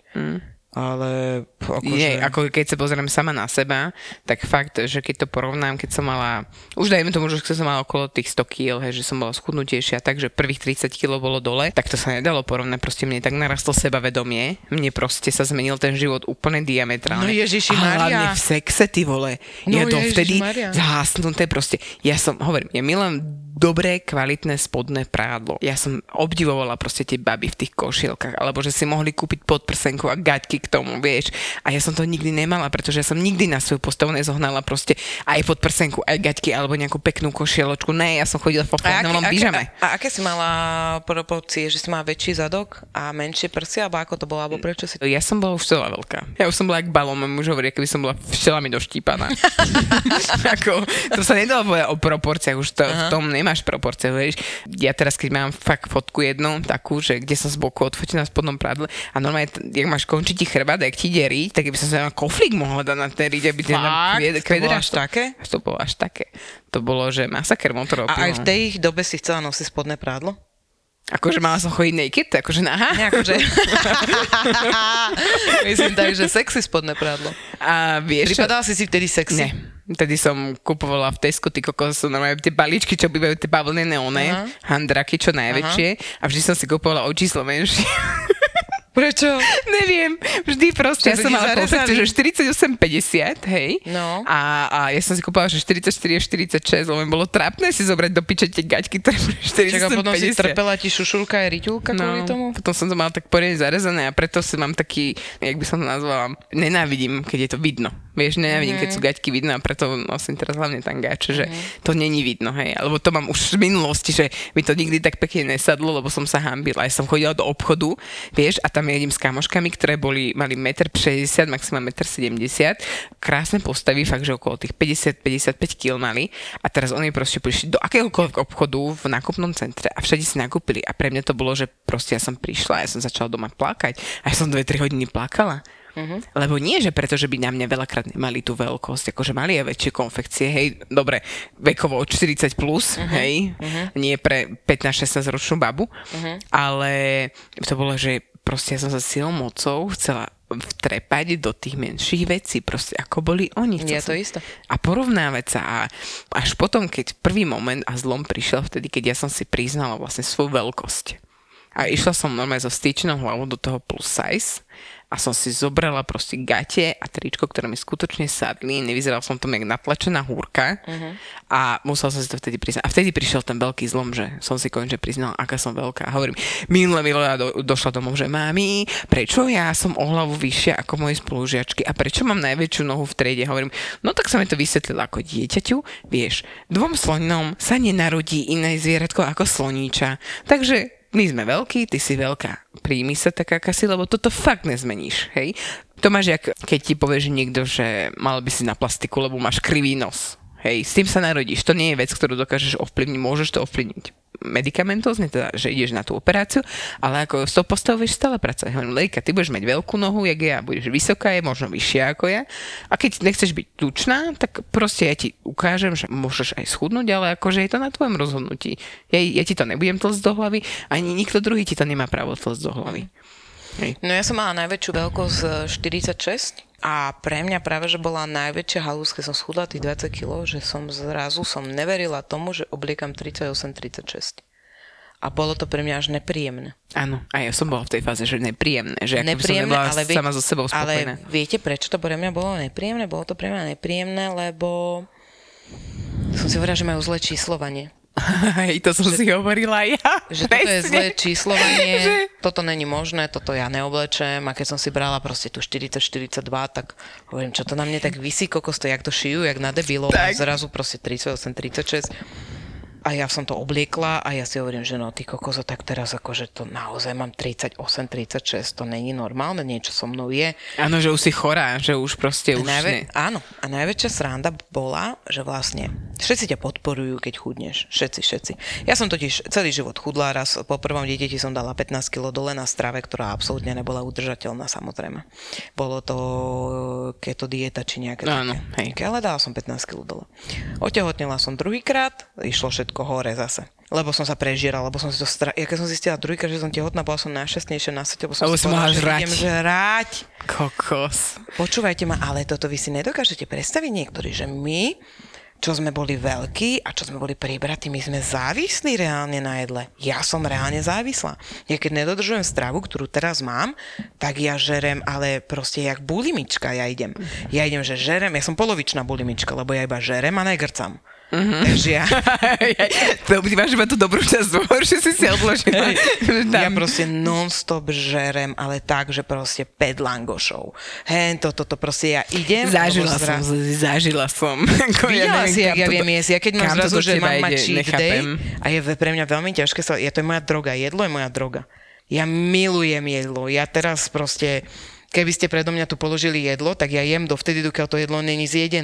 Ale akože... Nie, ako keď sa pozriem sama na seba, tak fakt, že keď to porovnám, keď som mala, už dajme tomu, že som mala okolo tých 100 kg, hej, že som bola schudnutejšia, takže prvých 30 kg bolo dole, tak to sa nedalo porovnať, proste mne tak narastlo sebavedomie, mne proste sa zmenil ten život úplne diametrálne. No Ježiši A Maria. hlavne v sexe, ty vole. Ja No to Ježiši vtedy Maria. zhasnuté proste. Ja hovorím, ja milujem dobré, kvalitné spodné prádlo. Ja som obdivovala proste tie baby v tých košielkach, alebo že si mohli kúpiť podprsenku a gaťky k tomu, vieš. A ja som to nikdy nemala, pretože ja som nikdy na svoju postavu nezohnala proste aj podprsenku, aj gaťky, alebo nejakú peknú košieločku. Ne, ja som chodila v flanelnom pyžame. A aké si mala proporcie, že si mala väčší zadok a menšie prsia, alebo ako to bolo, alebo prečo si... Ja som bola už celá veľká. Ja už som bola jak balón, môj muž hovorí, keby som bola včelami doštípaná. Ako, to sa nedalo povedať o proporciách, už to, v tom nemáš proporcie, vieš. Ja teraz, keď mám fakt fotku jednu, takú, že kde som z boku odfotená na spodnom prádle a normálne, jak máš končiť ti chrbát, jak ti ide riť, tak by som sa koflík mohla dať na ten riť, aby To bolo až také? To bolo až také. To bolo, že masaker motorov. A aj v tej dobe si chcela nosiť spodné prádlo? Akože mala som chodiť naked, akože nahá. Akože... Myslím tak, že sexy spodné prádlo. A vieš čo? Pripadala si vtedy sexy? Ne. Vtedy som kupovala v Tesco, ty kokos, sú normálne tie balíčky, čo bývajú tie bavlnené handraky, čo najväčšie. A vždy som si kupovala o číslo menšie. Prečo? Neviem, vždy proste. Ja som mala konfekciu, že 48,50, hej. No. A ja som si kúpala, že 44 a 46, lebo mi bolo trápne si zobrať do piče tie gaťky, ktoré boli 48,50. Čaká, potom si trpela ti šušulka a riťulka kvôli tomu? Potom som to mala tak poriadne zarezané a preto si mám taký, jak by som to nazvala, nenávidím, keď je to vidno. Vieš, nenávidím, keď sú gaťky vidno a preto nosím teraz hlavne tangáče, že to není vidno, hej. Alebo to mám už v minulosti, že mi to nikdy tak pekne nesadlo, lebo som sa hambila. Ja som chodila do obchodu, vieš, a tam jedím s kamoškami, ktoré mali 1,60 m, maximálne 1,70 m, krásne postavy, fakt, že okolo tých 50-55 kg mali a teraz oni proste prišli do akéhokoľvek obchodu v nákupnom centre a všade si nakúpili a pre mňa to bolo, že proste ja som prišla, ja som začala doma plakať a ja som 2-3 hodiny plakala. Lebo nie, že preto, že by na mňa veľakrát nemali tú veľkosť, akože mali aj väčšie konfekcie, hej, dobre, vekovo od 40 plus, hej, nie pre 15-16 ročnú babu, ale to bolo, že proste ja som sa silou mocou chcela vtrepať do tých menších vecí, proste ako boli oni. Je to isto. A porovnávať sa a až potom, keď prvý moment a zlom prišiel vtedy, keď ja som si priznala vlastne svoju veľkosť. A išla som normálne so stýčenou hlavou do toho plus size a som si zobrala proste gate a tričko, ktoré mi skutočne sadli. Nevyzeral som tam jak natlačená húrka a musela som si to vtedy priznať. A vtedy prišiel ten veľký zlom, že som si konečne priznala, aká som veľká. A hovorím, minule došla domov, že mami, prečo ja som o hlavu vyššia ako moje spolužiačky a prečo mám najväčšiu nohu v triede? Hovorím, no tak sa mi to vysvetlilo ako dieťaťu. Vieš, 2 sloninom sa nenarodí iné zvieratko ako sloníča. Takže my sme veľkí, ty si veľká. Príjmi sa tak, aká si, lebo toto fakt nezmeníš, hej? To máš, keď ti povie, že niekto, že mal by si na plastiku, lebo máš krivý nos. Hej, s tým sa narodíš. To nie je vec, ktorú dokážeš ovplyvniť. Môžeš to ovplyvniť medikamentozne, teda, že ideš na tú operáciu, ale ako s tou postavou vieš stále pracovať. Hovorím, Lejka, ty budeš mať veľkú nohu, jak ja, budeš vysoká, je možno vyššia ako ja. A keď nechceš byť tučná, tak proste ja ti ukážem, že môžeš aj schudnúť, ale akože je to na tvojom rozhodnutí. Ja ti to nebudem tlcť do hlavy, ani nikto druhý ti to nemá právo tlcť do hlavy. Hej. No ja som mala najväčšiu veľkosť 46 a pre mňa práve, že bola najväčšia halúz, keď som schudla tých 20 kg, že som neverila tomu, že obliekam 38-36. A bolo to pre mňa až nepríjemné. Áno, a ja som bola v tej fáze, že nepríjemné, že ako som nebola sama so sebou spokojná. Ale viete, prečo to pre mňa bolo nepríjemné? Bolo to pre mňa nepríjemné, lebo som si hovorila, že majú zlé číslovanie. Hej, to som si hovorila aj ja. Že toto je zlé číslovanie, toto není možné, toto ja neoblečem a keď som si brala proste tu 40-42, tak hovorím, čo to na mne tak visí, kokos, to jak to šijú, jak na debilov a zrazu proste 38-36 a ja som to obliekla a ja si hovorím, že no ty kokozo, tak teraz akože to naozaj mám 38-36, to není normálne, niečo so mnou je. Áno, že už si chorá, že už proste už ne. Áno, a najväčšia sranda bola, že vlastne všetci ťa podporujú, keď chudneš. Všetci. Ja som totiž celý život chudla, raz po prvom dieťati som dala 15 kg dole na strave, ktorá absolútne nebola udržateľná, samozrejme. Bolo to keto dieta či nejaké také. Ale dala som 15 kg dole. Otehotnila som druhýkrát, išlo všetko hore zase. Lebo som sa prežierala, lebo som si to ja keď som zistila druhýkrát, že som tehotná, bola som najšťastnejšia na svete, lebo som si povedala, že idem žrať. Kokos. Počúvajte ma, ale toto vy si nedokážete predstaviť niektorí, že my, čo sme boli veľkí a čo sme boli pribratí, my sme závislí reálne na jedle. Ja som reálne závislá. Ja keď nedodržujem stravu, ktorú teraz mám, tak ja žerem, ale proste jak bulimička ja idem. Ja idem, že žerem, ja som polovičná bulimička, lebo ja iba žerem a negrcam. Takže ja... Ty máš iba tú dobrú časť, že si odložila. Ja proste non-stop žerem, ale tak, že proste 5 langošov. Toto proste ja idem... Zažila som. Videla si, jak ja viem jesť. Ja keď mám zrazu, že mám mať cheat day a je pre mňa veľmi ťažké to je moja droga. Jedlo je moja droga. Ja milujem jedlo. Ja teraz proste, keby ste predo mňa tu položili jedlo, tak ja jem dovtedy, dokiaľ to jedlo není zjedené.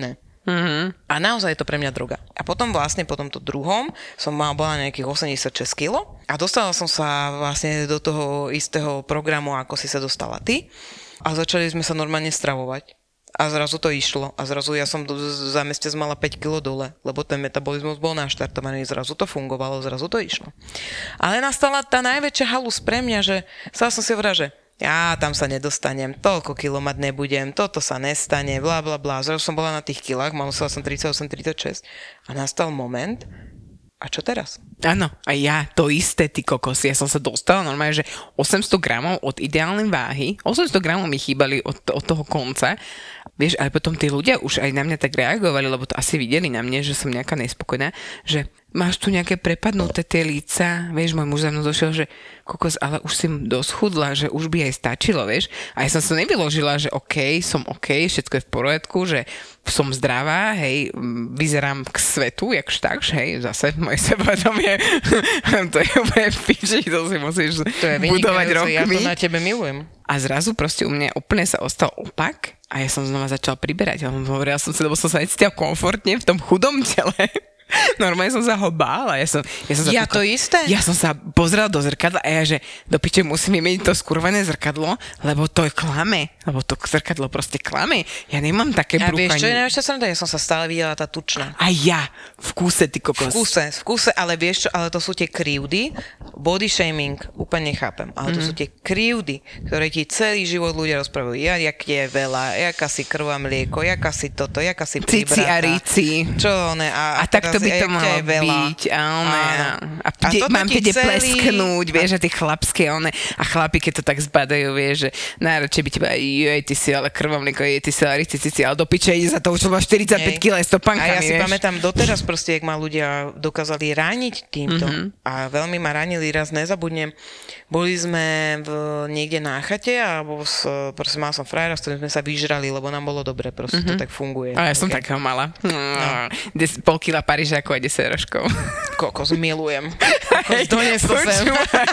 A naozaj je to pre mňa droga. A potom vlastne po tomto druhom bola nejakých 86 kg a dostala som sa vlastne do toho istého programu, ako si sa dostala ty. A začali sme sa normálne stravovať. A zrazu to išlo. A zrazu ja som za mesiac mala 5 kg dole, lebo ten metabolizmus bol naštartovaný. Zrazu to fungovalo, zrazu to išlo. Ale nastala tá najväčšia halus pre mňa, že sa som si hovorila, že ja tam sa nedostanem, toľko kilo mať nebudem, toto sa nestane, bla bla bla. Zrazu som bola na tých kilách, musela som 38-36 a nastal moment, a čo teraz? Áno, a ja to isté, ty kokos. Ja som sa dostala normálne, že 800 gramov od ideálnej váhy, 800 gramov mi chýbali od toho konca. Vieš, ale potom tí ľudia už aj na mňa tak reagovali, lebo to asi videli na mne, že som nejaká nespokojná, že máš tu nejaké prepadnuté tie líca, vieš, môj muž za mnou došiel, že kokos, ale už si dosť chudla, že už by aj stačilo, vieš. A ja som sa nevyložila, že som OK, všetko je v poriadku, že som zdravá, hej, vyzerám k svetu, jakž takž, hej, zase moje sebavedomie, to je úplne v piči, to si musíš budovať rokmi. Ja to na tebe milujem. A zrazu proste u mňa úplne sa ostal opak a ja som znova začala priberať. A hovorila som si, lebo som sa necítila komfortne v tom chudom tele. Normálne som sa ho bála. Ja to isté? Ja som sa pozrela do zrkadla a ja, že do piče musím vymeniť to skurvené zrkadlo, lebo to je klame. Lebo to zrkadlo proste klame. Ja nemám také brúchanie. A vieš, čo je najväčšia sranda? Ja som sa stále videla tá tučná. A ja. V kúse, ty kokos. V kúse, ale vieš čo, ale to sú tie krivdy. Body shaming, úplne nechápem. Ale to sú tie krivdy, ktoré ti celý život ľudia rozprávajú. Jak je veľa, jaká si krv a mlieko, jaká si toto, jaká si pribratá. Cici a rici. Čo one? A tak to by to malo byť. A mám tie plesknúť, vieš, a tie chlapské, a chlapi, keď to tak zbadajú, vieš, že najradšej by teba, ty si ale krvomlíko, ty si ale rici, ale do piče ide za to, už má 45 kg s topankami, vieš. A ja si vieš. pamätám doteraz proste, jak ma ľudia dokázali rániť týmto. A veľmi ma ranili, raz nezabudnem. Boli sme niekde na chate a proste mal som frajera, s ktorým sme sa vyžrali, lebo nám bolo dobre, proste to tak funguje. A ja som takého mala. Pol kila Parížakov a 10 rožkov. Kokos, milujem. Kokos, donesol sem.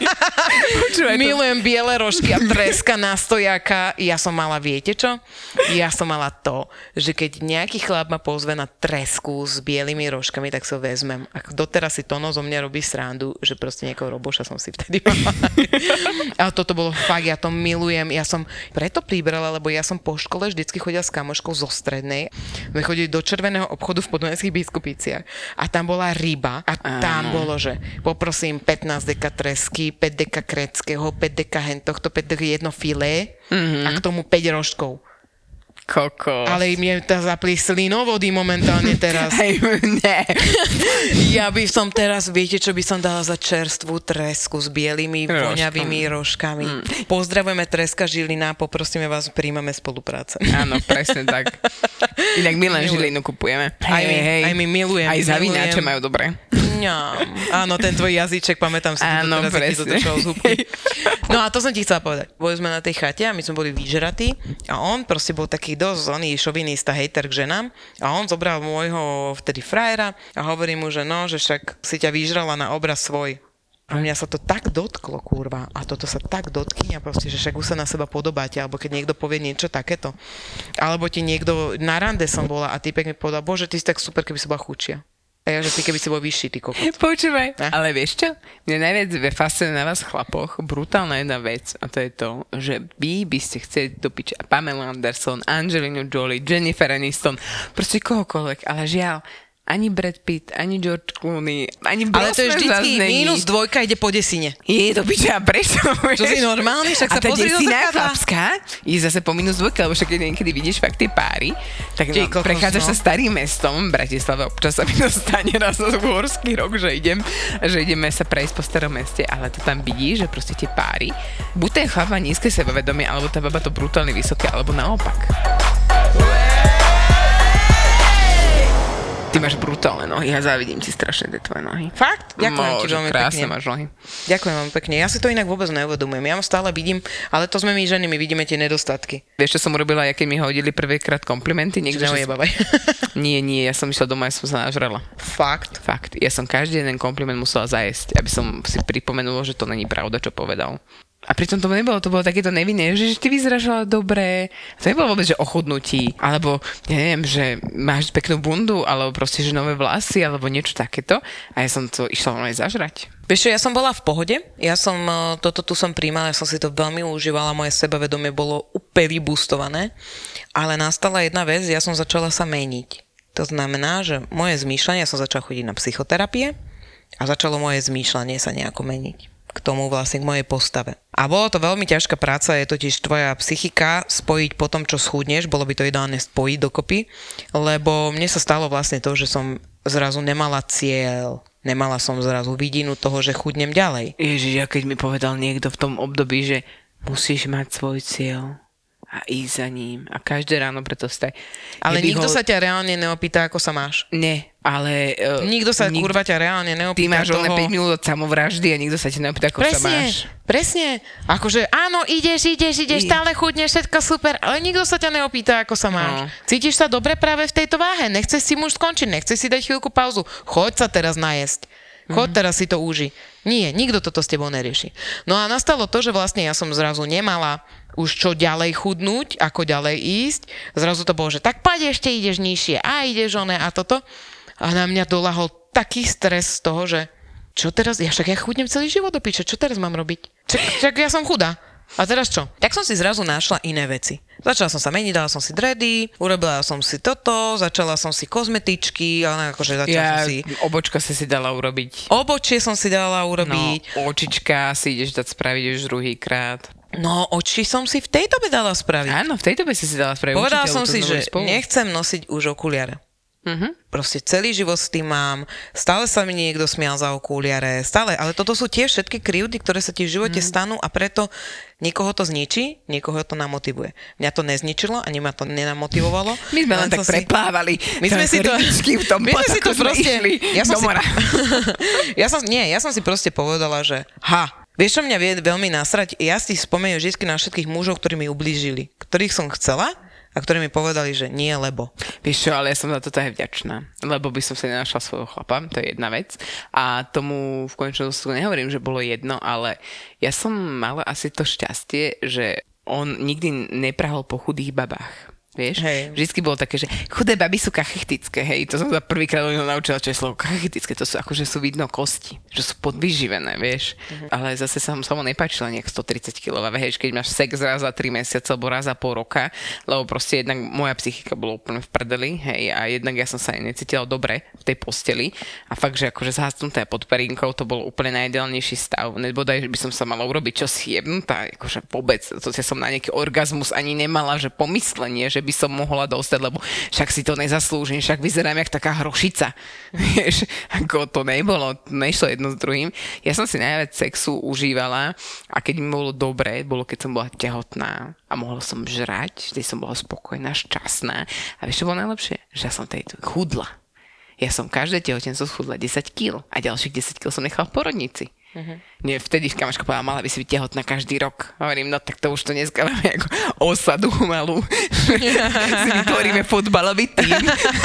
Milujem biele rožky a treska na stojaka. Ja som mala, viete čo? Ja som mala to, že keď nejaký chlap ma pozve na tresku s bielými rožkami, tak sa vezmem. A doteraz si Tono zo mňa robí srandu, že proste nejakého roboša som si vtedy mala. Ale toto bolo fakt, ja to milujem. Ja som preto pribrala, lebo ja som po škole vždycky chodila s kamoškou zo strednej. My chodili do červeného obchodu v Podunajských Biskupiciach. A tam bola ryba a tam bolo, že poprosím 15 deka tresky, 5 deka kreckého, 5 deka hentohto, 5 deka jedno filé a k tomu 5 rožkov. Kokos. Ale mne to zapli slinovody momentálne teraz. Hej, ne. Ja by som teraz, viete, čo by som dala za čerstvú tresku s bielými, voňavými rožkami. Pozdravujeme Treska Žilina, poprosíme vás, príjmame spolupráce. Áno, presne tak. Inak my len Žilinu kupujeme. Aj my milujem. Aj zavináče majú dobre. Áno, ten tvoj jazyček, pamätám si, áno, to teraz ti došlo z húbky. No a to som ti chcela povedať. Boli sme na tej chate a my sme boli vyžratí a on proste bol taký dosť šovinista, hejter k ženám a on zobral môjho vtedy frajera a hovorí mu, že no, že však si ťa vyžrala na obraz svoj. A mňa sa to tak dotklo, kurva, a toto sa tak dotkýňa proste, že však už sa na seba podobáte, alebo keď niekto povie niečo takéto. Alebo ti niekto, na rande som bola a typek mi povedal, bože, ty si tak super, keby si bola chudšia. A ja, že ty keby si bol vyšší, ty kokot. Počúvaj, ale vieš čo? Mňa najviac fascinuje na vás chlapoch brutálna jedna vec a to je to, že vy by ste chceli do piče Pamela Anderson, Angelinu Jolie, Jennifer Aniston, proste kohokoľvek, ale žiaľ, ani Brad Pitt, ani George Clooney, ani Ale Brosnan to je vždycky minus dvojka, ide po desine. Je to piče, a prečo? Čo si normálny? Však sa pozri do desina zrkadla. chlapská je zase po minus dvojka, lebo však keď niekedy vidíš fakt tie páry, tak prechádzaš sa starým mestom, v Bratislave občas sa mi dostane raz za horský rok, že ideme sa prejsť po starom meste, ale to tam vidíš, že proste tie páry, buď ten chlap má nízke sebavedomie, alebo tá baba to brutálne vysoké, alebo naopak. Ty máš brutálne nohy, ja závidím ti strašne tie tvoje nohy. Fakt? Ďakujem ti veľmi krásne pekne. máš nohy. Ďakujem veľmi pekne. Ja si to inak vôbec neuvedomujem. Ja stále vidím, ale to sme my ženy, my vidíme tie nedostatky. Vieš, čo som urobila, keď mi hodili prvýkrát komplimenty? Niekde, že neujebávaj. Nie, ja som išla doma a som sa nažrala. Fakt? Ja som každý jeden kompliment musela zajesť, aby som si pripomenula, že to není pravda, čo povedal. A pritom to nebolo, to bolo takéto nevinné, že ty vyzeráš ale dobre. To nebolo vôbec, že o chudnutí, alebo ja neviem, že máš peknú bundu, alebo proste, že nové vlasy, alebo niečo takéto. A ja som to išla aj zažrať. Vieš čo, ja som bola v pohode, ja som toto tu som príjmala, ja som si to veľmi užívala, moje sebavedomie bolo úplne vybustované, ale nastala jedna vec, ja som začala sa meniť. To znamená, že moje zmýšľanie, ja som začala chodiť na psychoterapie a začalo moje zmýšľanie sa nejako meniť k tomu vlastne k mojej postave. A bolo to veľmi ťažká práca, je totiž tvoja psychika spojiť po tom, čo schudneš, bolo by to ideálne spojiť dokopy, lebo mne sa stalo vlastne to, že som zrazu nemala cieľ, nemala som zrazu vidinu toho, že chudnem ďalej. Ježiš, a keď mi povedal niekto v tom období, že musíš mať svoj cieľ a ísť za ním a každé ráno preto vstaj. Ale nikto sa ťa reálne neopýta, ako sa máš. Nie, ale... Nikto sa kurva ťa reálne neopýta. Ty máš toho... 5 minút od samovraždy a nikto sa ťa neopýta, ako sa máš. Presne. Akože áno, ideš, stále chudneš, všetko super, ale nikto sa ťa neopýta, ako sa máš. No. Cítiš sa dobre práve v tejto váhe, nechceš si už skončiť, nechceš si dať chvíľku pauzu, choď sa teraz najesť. Choď teraz si to uži. Nie, nikto toto s tebou nerieši. No a nastalo to, že vlastne ja som zrazu nemala už čo ďalej chudnúť, ako ďalej ísť. Zrazu to bolo, že tak poď ešte ideš nižšie a ideš oné a toto. A na mňa dolahol taký stres z toho, že čo teraz, ja chudnem celý život do piče, čo teraz mám robiť? Čak ja som chudá. A teraz čo? Tak som si zrazu našla iné veci. Začala som sa meniť, dala som si dready, urobila som si toto, začala som si kozmetičky, ale akože začala som si... Obočka si dala urobiť. Obočie som si dala urobiť. No, očička si ideš dať spraviť už druhýkrát. No, oči som si v tej dobe dala spraviť. Áno, v tej dobe si dala spraviť. Povedala som si, že nechcem nosiť už okuliare. Proste celý život s tým mám, stále sa mi niekto smial za okuliare, stále, ale toto sú tie všetky krivdy, ktoré sa ti v živote stanú a preto niekoho to zničí, niekoho to namotivuje. Mňa to nezničilo, ani ma to nenamotivovalo. My sme len tak preplávali. My sme si to proste... Ja som si proste povedala, že vieš, čo mňa vie veľmi nasrať? Ja si spomeniem vždy na všetkých mužov, ktorí mi ublížili, ktorých som chcela, a ktorí mi povedali, že nie, lebo. Vieš čo, ale ja som za toto aj vďačná, lebo by som si nenašla svojho chlapa, to je jedna vec. A tomu v konečnom dôsledku nehovorím, že bolo jedno, ale ja som mala asi to šťastie, že on nikdy neprahol po chudých babách. Vieš? Vždycky bolo také, že chudé baby sú kachechtické, hej, to som sa prvýkrát od neho naučila, čo je slovo kachechtické, to sú akože sú vidno kosti, že sú podvyživené, vieš, ale zase sa mu nepáčila nejak 130 kg, hej, keď máš sex raz za 3 mesiace alebo raz za pol roka, lebo proste jednak moja psychika bola úplne v prdeli, hej, a jednak ja som sa aj necítila dobre v tej posteli a fakt, že akože zhasnutá pod perinkou, to bol úplne najideálnejší stav, nebodaj by som sa mala urobiť čosi jebnutá, akože vôbec, to ja som na nejaký orgazmus ani nemala, že pomyslenie, že by som mohla dostať, lebo však si to nezaslúžim, však vyzerám jak taká hrošica. Vieš, ako to nebolo, nešlo jedno s druhým. Ja som si najviac sexu užívala a keď mi bolo dobre, bolo keď som bola tehotná a mohla som žrať, vždy som bola spokojná, šťastná. A vieš, čo bolo najlepšie? Že ja som tejto chudla. Ja som každé tehotenstvo schudla 10 kg a ďalších 10 kg som nechala v porodnici. Nie, vtedy kamoška povedala, mala by si byť tehotná každý rok. Hovorím, no tak to už to dneska máme ako osadu malú. Si vytvoríme futbalový tím.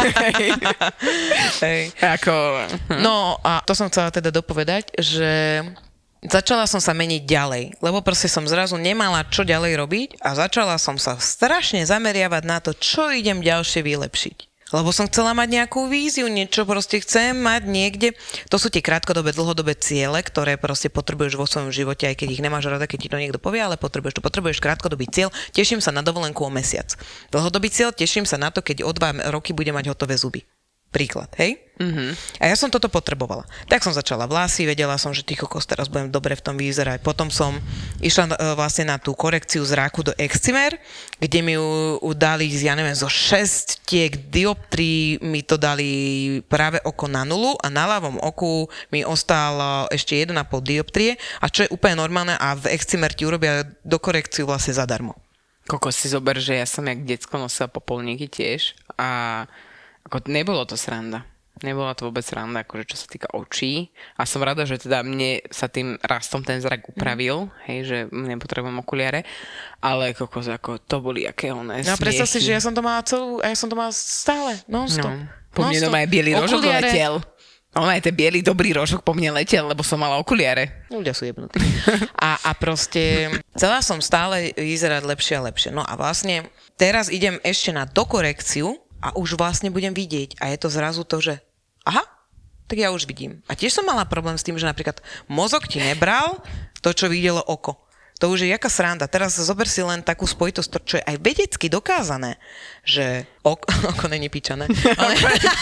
No a to som chcela teda dopovedať, že začala som sa meniť ďalej, lebo proste som zrazu nemala čo ďalej robiť a začala som sa strašne zameriavať na to, čo idem ďalšie vylepšiť. Lebo som chcela mať nejakú víziu, niečo proste chcem mať niekde. To sú tie krátkodobé, dlhodobé ciele, ktoré proste potrebuješ vo svojom živote, aj keď ich nemáš rada, keď ti to niekto povie, ale potrebuješ krátkodobý cieľ. Teším sa na dovolenku o mesiac. Dlhodobý cieľ, teším sa na to, keď o 2 roky budem mať hotové zuby. Príklad, hej? A ja som toto potrebovala. Tak som začala vlasy, vedela som, že ty kokos, teraz budem dobre v tom vyzerať. Potom som išla vlastne na tú korekciu zraku do Excimer, kde mi ju dali, ja neviem, zo 6 dioptrií mi to dali práve oko na nulu a na ľavom oku mi ostalo ešte 1,5 dioptrie a čo je úplne normálne a v Excimer ti urobia do korekciu vlastne zadarmo. Kokos, si zober, že ja som jak decko nosila popolníky tiež a ako nebolo to sranda. Nebola to vôbec sranda, akože čo sa týka očí. A som rada, že teda mne sa tým rastom ten zrak upravil, hej, že nepotrebujem okuliare. Ale kokos, ako to boli aké oné smiechy. No predstav si, že ja som to mala stále, non-stop. No, po mne doma je bielý rožok letel. Ona aj ten biely dobrý rožok po mne letel, lebo som mala okuliare. Ľudia sú jebnutí. A proste chcela som stále vyzerať lepšie a lepšie. No a vlastne teraz idem ešte na dokorekciu a už vlastne budem vidieť. A je to zrazu to, že aha, tak ja už vidím. A tiež som mala problém s tým, že napríklad mozog ti nebral to, čo videlo oko. To už je jaká sranda. Teraz zober si len takú spojitosť, čo je aj vedecky dokázané, že oko není píčané. Ale...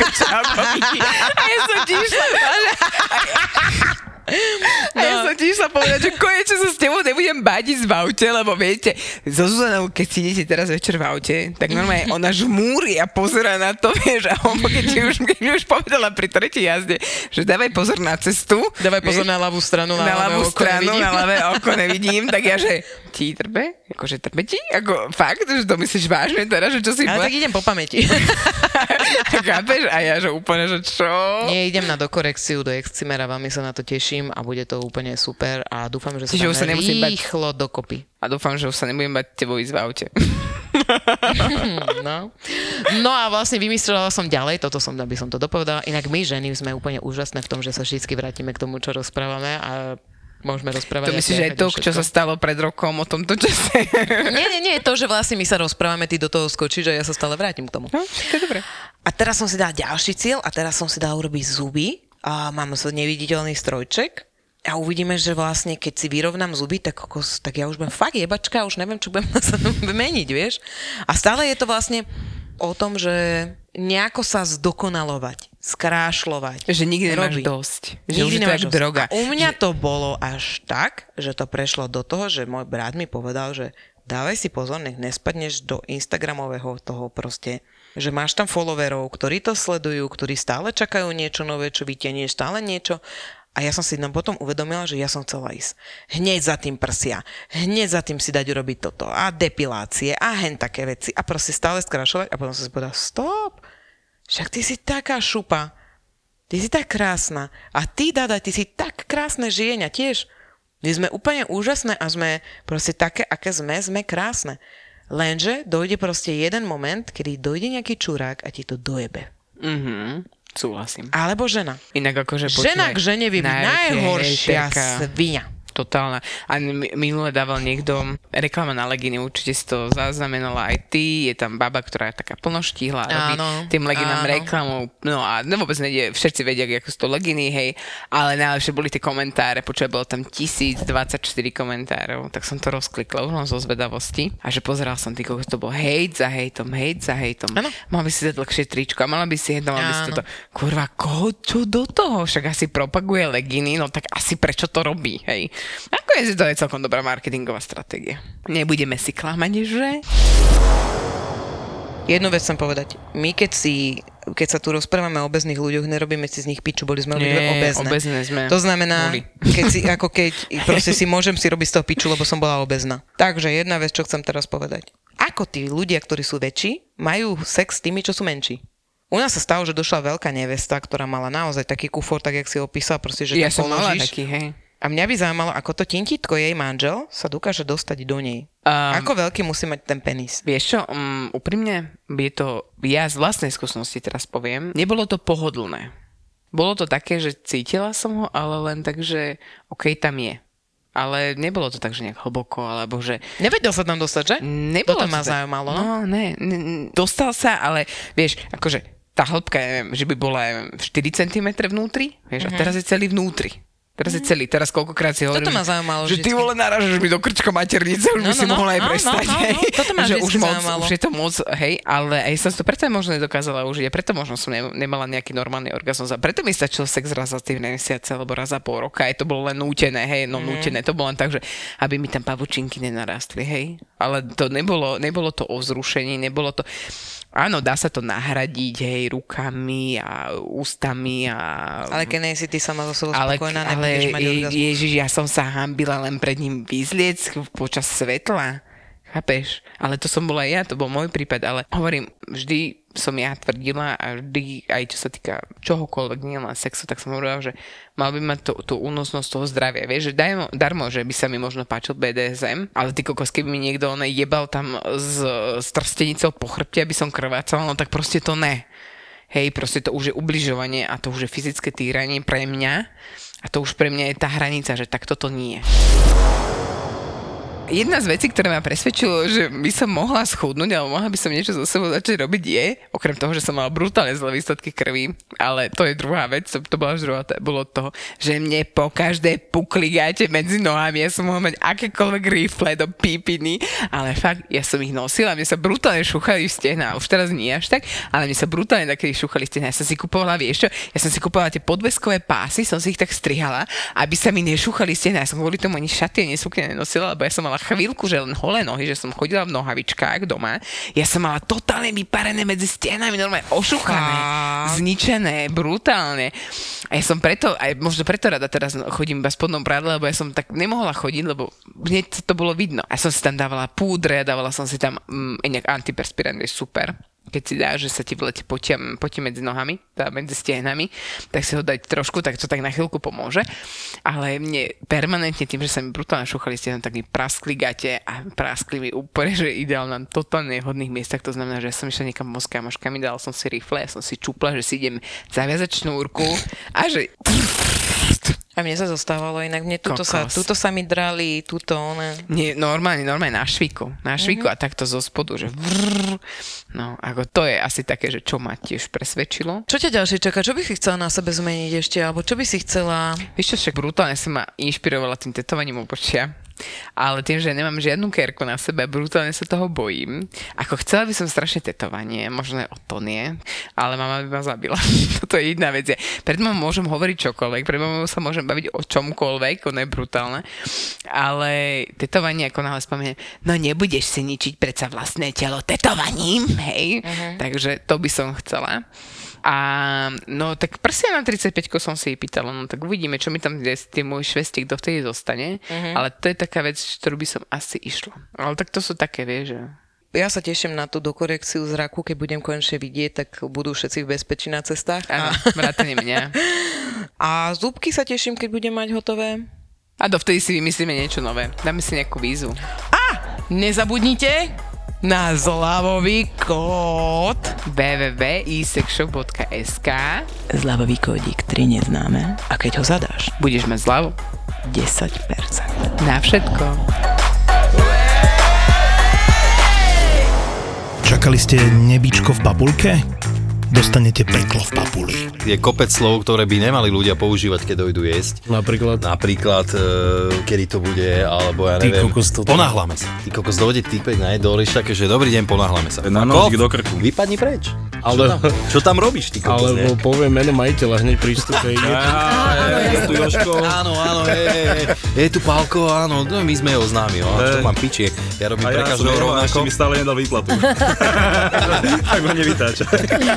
Ja som ti išla povedať, že konečne sa s tebou nebudem bádiť v aute, lebo viete, so Zuzanou, keď si idete teraz večer v aute, tak normálne ona žmúri a pozerá na to, vieš, a on, keď mi už povedala pri tretej jazde, že dávaj pozor na cestu. Dávaj pozor na ľavú stranu, na ľavú stranu, na ľavé oko nevidím, tak ja, že ti trbe? Akože trbe ti? Ako fakt, že to myslíš vážne teraz, že čo si... Ale tak idem po pamäti. Chápeš? A ja, že úplne, že čo? Nie, idem na dokorekciu do Excimera, veľmi sa na to teším a bude to úplne super a dúfam, že sa dáme rýchlo dokopy. A dúfam, že už sa nebudem bať tebou ísť v aute. No a vlastne vymyslela som ďalej, aby som to dopovedala. Inak my ženy sme úplne úžasné v tom, že sa vždy vrátime k tomu, čo rozprávame a môžeme rozprávať. To myslíš aj to, čo sa stalo pred rokom o tomto čase? Nie, to, že vlastne my sa rozprávame, ty do toho skočíš a ja sa stále vrátim k tomu. No, to je dobré. A teraz som si dala ďalší cieľ a teraz som si dala urobiť zuby a mám neviditeľný strojček a uvidíme, že vlastne keď si vyrovnám zuby, tak ja už budem fakt jebačka, už neviem, čo budem sa meniť, vieš. A stále je to vlastne o tom, že nejako sa zdokonalovať, skrášľovať. Že nikdy nemáš dosť. Že nikdy už je to jak droga. A u mňa to bolo až tak, že to prešlo do toho, že môj brat mi povedal, že dávaj si pozor, nech nespadneš do Instagramového toho proste, že máš tam followerov, ktorí to sledujú, ktorí stále čakajú niečo nové, čo vytienieš, stále niečo. A ja som si tam potom uvedomila, že ja som chcela ísť hneď za tým prsia, hneď za tým si dať urobiť toto a depilácie a hen také veci a proste stále skrašovať a potom som si povedala, stop, však ty si taká šupa, ty si tak krásna a ty, Dada, ty si tak krásne žienia tiež. My sme úplne úžasné a sme proste také, aké sme krásne. Lenže dojde proste jeden moment, kedy dojde nejaký čurák a ti to dojebe. Súhlasím. Alebo žena. Inak akože žena k žene vie byť najhoršia svinia. Totálna. A minule dával niekto reklama na leginy, určite si to zaznamenala aj ty, je tam baba, ktorá je taká plnoštíhla, robí tým leginám reklamu, no a vôbec nejde, všetci vedia, ako sú to leginy, hej, ale najlepšie boli tie komentáre, bolo tam 1024 komentárov, tak som to rozklikla už len zo zvedavosti a že pozeral som koľko to bol hejt za hejtom, mal by si dať dlhšie tričko a mala by si jedno, mal by si toto, kurva, čo do toho, však asi propaguje leginy, no tak asi prečo to robí, hej. Nakoniec to je celkom dobrá marketingová stratégia. Nebudeme si klamať, že? Jednu vec chcem povedať. My keď sa tu rozprávame o obezných ľuďoch, nerobíme si z nich piču, boli sme obezné sme. To znamená, keď proste si môžem si robiť z toho piču, lebo som bola obezná. Takže jedna vec, čo chcem teraz povedať. Ako tí ľudia, ktorí sú väčší, majú sex s tými, čo sú menší? U nás sa stalo, že došla veľká nevesta, ktorá mala naozaj taký kufor, tak jak si opísal, proste, že ja tam položíš. Ja som mala taký, hej. A mňa by zaujímalo, ako to tintítko jej manžel sa dokáže dostať do nej. Ako veľký musí mať ten penis? Vieš čo, úprimne, ja z vlastnej skúsenosti teraz poviem, nebolo to pohodlné. Bolo to také, že cítila som ho, ale len tak, že okej, tam je. Ale nebolo to tak, že nejak hlboko, alebo že... Nevedel sa tam dostať, že? Nebolo to ma zaujímalo. No, ne, dostal sa, ale vieš, akože tá hĺbka, neviem, že by bola 4 cm vnútri, vieš, a teraz je celý vnútri. Teraz koľkokrát si hovorím, toto ma zaujímalo že ty vole narážaš mi do krčka maternice, už by si mohla aj prestať, hej. Toto ma že vždycky zaujímalo. Už je to moc, hej, ale aj som to preto možno nedokázala užiť, a preto možno som nemala nejaký normálny orgazmus a preto mi stačil sex raz za 3 mesiace, alebo raz za pol roka, aj to bolo len nútené, hej, nútené, to bolo len tak, že aby mi tam pavučinky nenarastli, hej, ale to nebolo to o vzrušení, nebolo to... Áno, dá sa to nahradiť, hej, rukami a ústami a... Ale keď nejsi ty sama so sebou spokojná, nebudeš mať orgazmus. Ježiš, ja som sa hanbila len pred ním vyzliec počas svetla. Chápeš? Ale to som bola ja, to bol môj prípad, ale hovorím, vždy som ja tvrdila a vždy, aj čo sa týka čohokoľvek, nielen sexu, tak som hovorila, že mal by mať tú únosnosť toho zdravia. Vieš, že darmo, že by sa mi možno páčil BDSM, ale ty kokos, keby mi niekto jebal tam s trstenicou po chrbte, aby som krvácal, no tak proste to ne. Hej, proste to už je ubližovanie a to už je fyzické týranie pre mňa a to už pre mňa je tá hranica, že tak toto nie. Jedna z vecí, ktoré ma presvedčilo, že by som mohla schudnúť, alebo mohla by som niečo so sebou začať robiť je, okrem toho, že som mala brutálne zlé výsledky krvi, ale to je druhá vec, to bola druhá, bolo toho, že mne po každé pukligáte medzi nohami, ja som mohla mať akékoľvek rifle do pípiny, ale fakt, ja som ich nosila, mne sa brutálne šúchali v stehná, už teraz nie až tak, ale mne sa brutálne takedy šúchali v stehná, ja som si kupovala, vieš čo, ja som si kupovala tie podveskové pásy, som si ich tak strihala, aby sa mi nešúchali v stehná, ja som kvôli tomu ani šaty ani sukne nenosila, lebo ja som mala chvíľku, že len holé nohy, že som chodila v nohavičkách doma. Ja som mala totálne vyparené medzi stienami, normálne ošúchané, zničené, brutálne. A ja som preto, aj možno preto rada teraz chodím iba v spodnom prádle, lebo ja som tak nemohla chodiť, lebo hneď to bolo vidno. A som si tam dávala púdre, dávala som si tam nejak antiperspirant, je super. Keď si dá, že sa ti v lete potí medzi nohami, medzi stehnami, tak si ho dať trošku, tak to tak na chvíľku pomôže. Ale mne permanentne tým, že sa mi brutálne šúchali stehna, tak mi praskli gate a praskli mi úplne, že ideálne na totálne vhodných miestach. To znamená, že ja som išla niekam s kamoškami, dala som si rifle, ja som si čupla, že si idem zaviazať šnúrku a že... A mne sa zostávalo, inak mne tuto sa mi drali, tuto one. Nie, normálne na švíku a takto zo spodu, že no, ako to je asi také, že čo ma tiež presvedčilo. Čo ťa ďalšie čaká? Čo by si chcela na sebe zmeniť ešte? Alebo čo by si chcela... Vieš čo, však brutálne sa ma inšpirovala tým tetovaním obočia. Ale tým, že nemám žiadnu kérku na sebe, brutálne sa toho bojím. Ako chcela by som strašne tetovanie, možno aj o to nie, ale mama by ma zabila. Toto je jedna vec. Pred mamou môžem hovoriť čokoľvek, pred mamou sa môžem baviť o čomkoľvek, ono je brutálne. Ale tetovanie, ako náhle spomeniem, no nebudeš si ničiť predsa vlastné telo tetovaním, hej? Takže to by som chcela. A no tak prsia na 35 som si pýtala, no tak uvidíme, čo mi tam tým môj švestík dovtedy zostane, ale to je taká vec, ktorú by som asi išla. Ale tak to sú také, vieš, že... Ja sa teším na tú dokorekciu zraku, keď budem konečne vidieť, tak budú všetci v bezpečí na cestách. Áno, vrátane mňa. A zúbky sa teším, keď budem mať hotové. A dovtedy si vymyslíme niečo nové. Dáme si nejakú výzvu. A nezabudnite na zľavový kód www.isexshop.sk. Zľavový kódik 3 neznáme a keď ho zadáš, Budeš mať zľavu 10%. na všetko. Čakali ste nebičko v papulke? Dostanete peklo v papuli. Je kopec slov, ktoré by nemali ľudia používať, keď dojdu jesť. Napríklad, Kedy to bude, alebo ja neviem. Ty kokos, toto. Ponáhľame sa. Ty kokos, dojde týpek na jedoliš také, že dobrý deň, ponáhľame sa. Na nožík do krku. Vypadni preč. Ale- Čo tam robíš, ty kokos, ne? Alebo poviem meno majiteľa hneď pri vstupe. Je tu Jožko. Áno, hej. Je tu Pálko, áno, no, my sme ho známi, no. Čo mám piči, ja robím pre každého rovnako. ešte mi stále nedal výplatu. Tak ho nevytáča.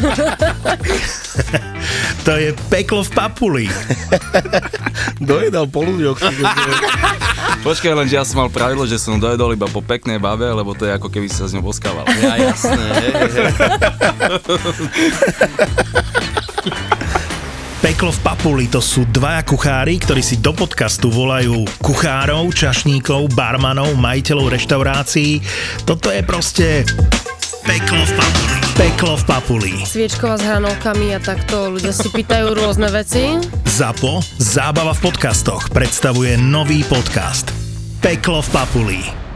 To je peklo v papuli. Dojedal po ľuďoch. Počkaj, lenže ja som mal pravidlo, že som dojedol iba po peknej bave, lebo to je ako keby si sa s ňou boskával. Ja, jasné, hej. Peklo v papuli, to sú dvaja kuchári, ktorí si do podcastu volajú kuchárov, čašníkov, barmanov, majiteľov reštaurácií. Toto je proste peklo v papuli. Peklo v papuli. Sviečková s hranolkami a takto ľudia si pýtajú rôzne veci. ZAPO, zábava v podcastoch, predstavuje nový podcast Peklo v papuli.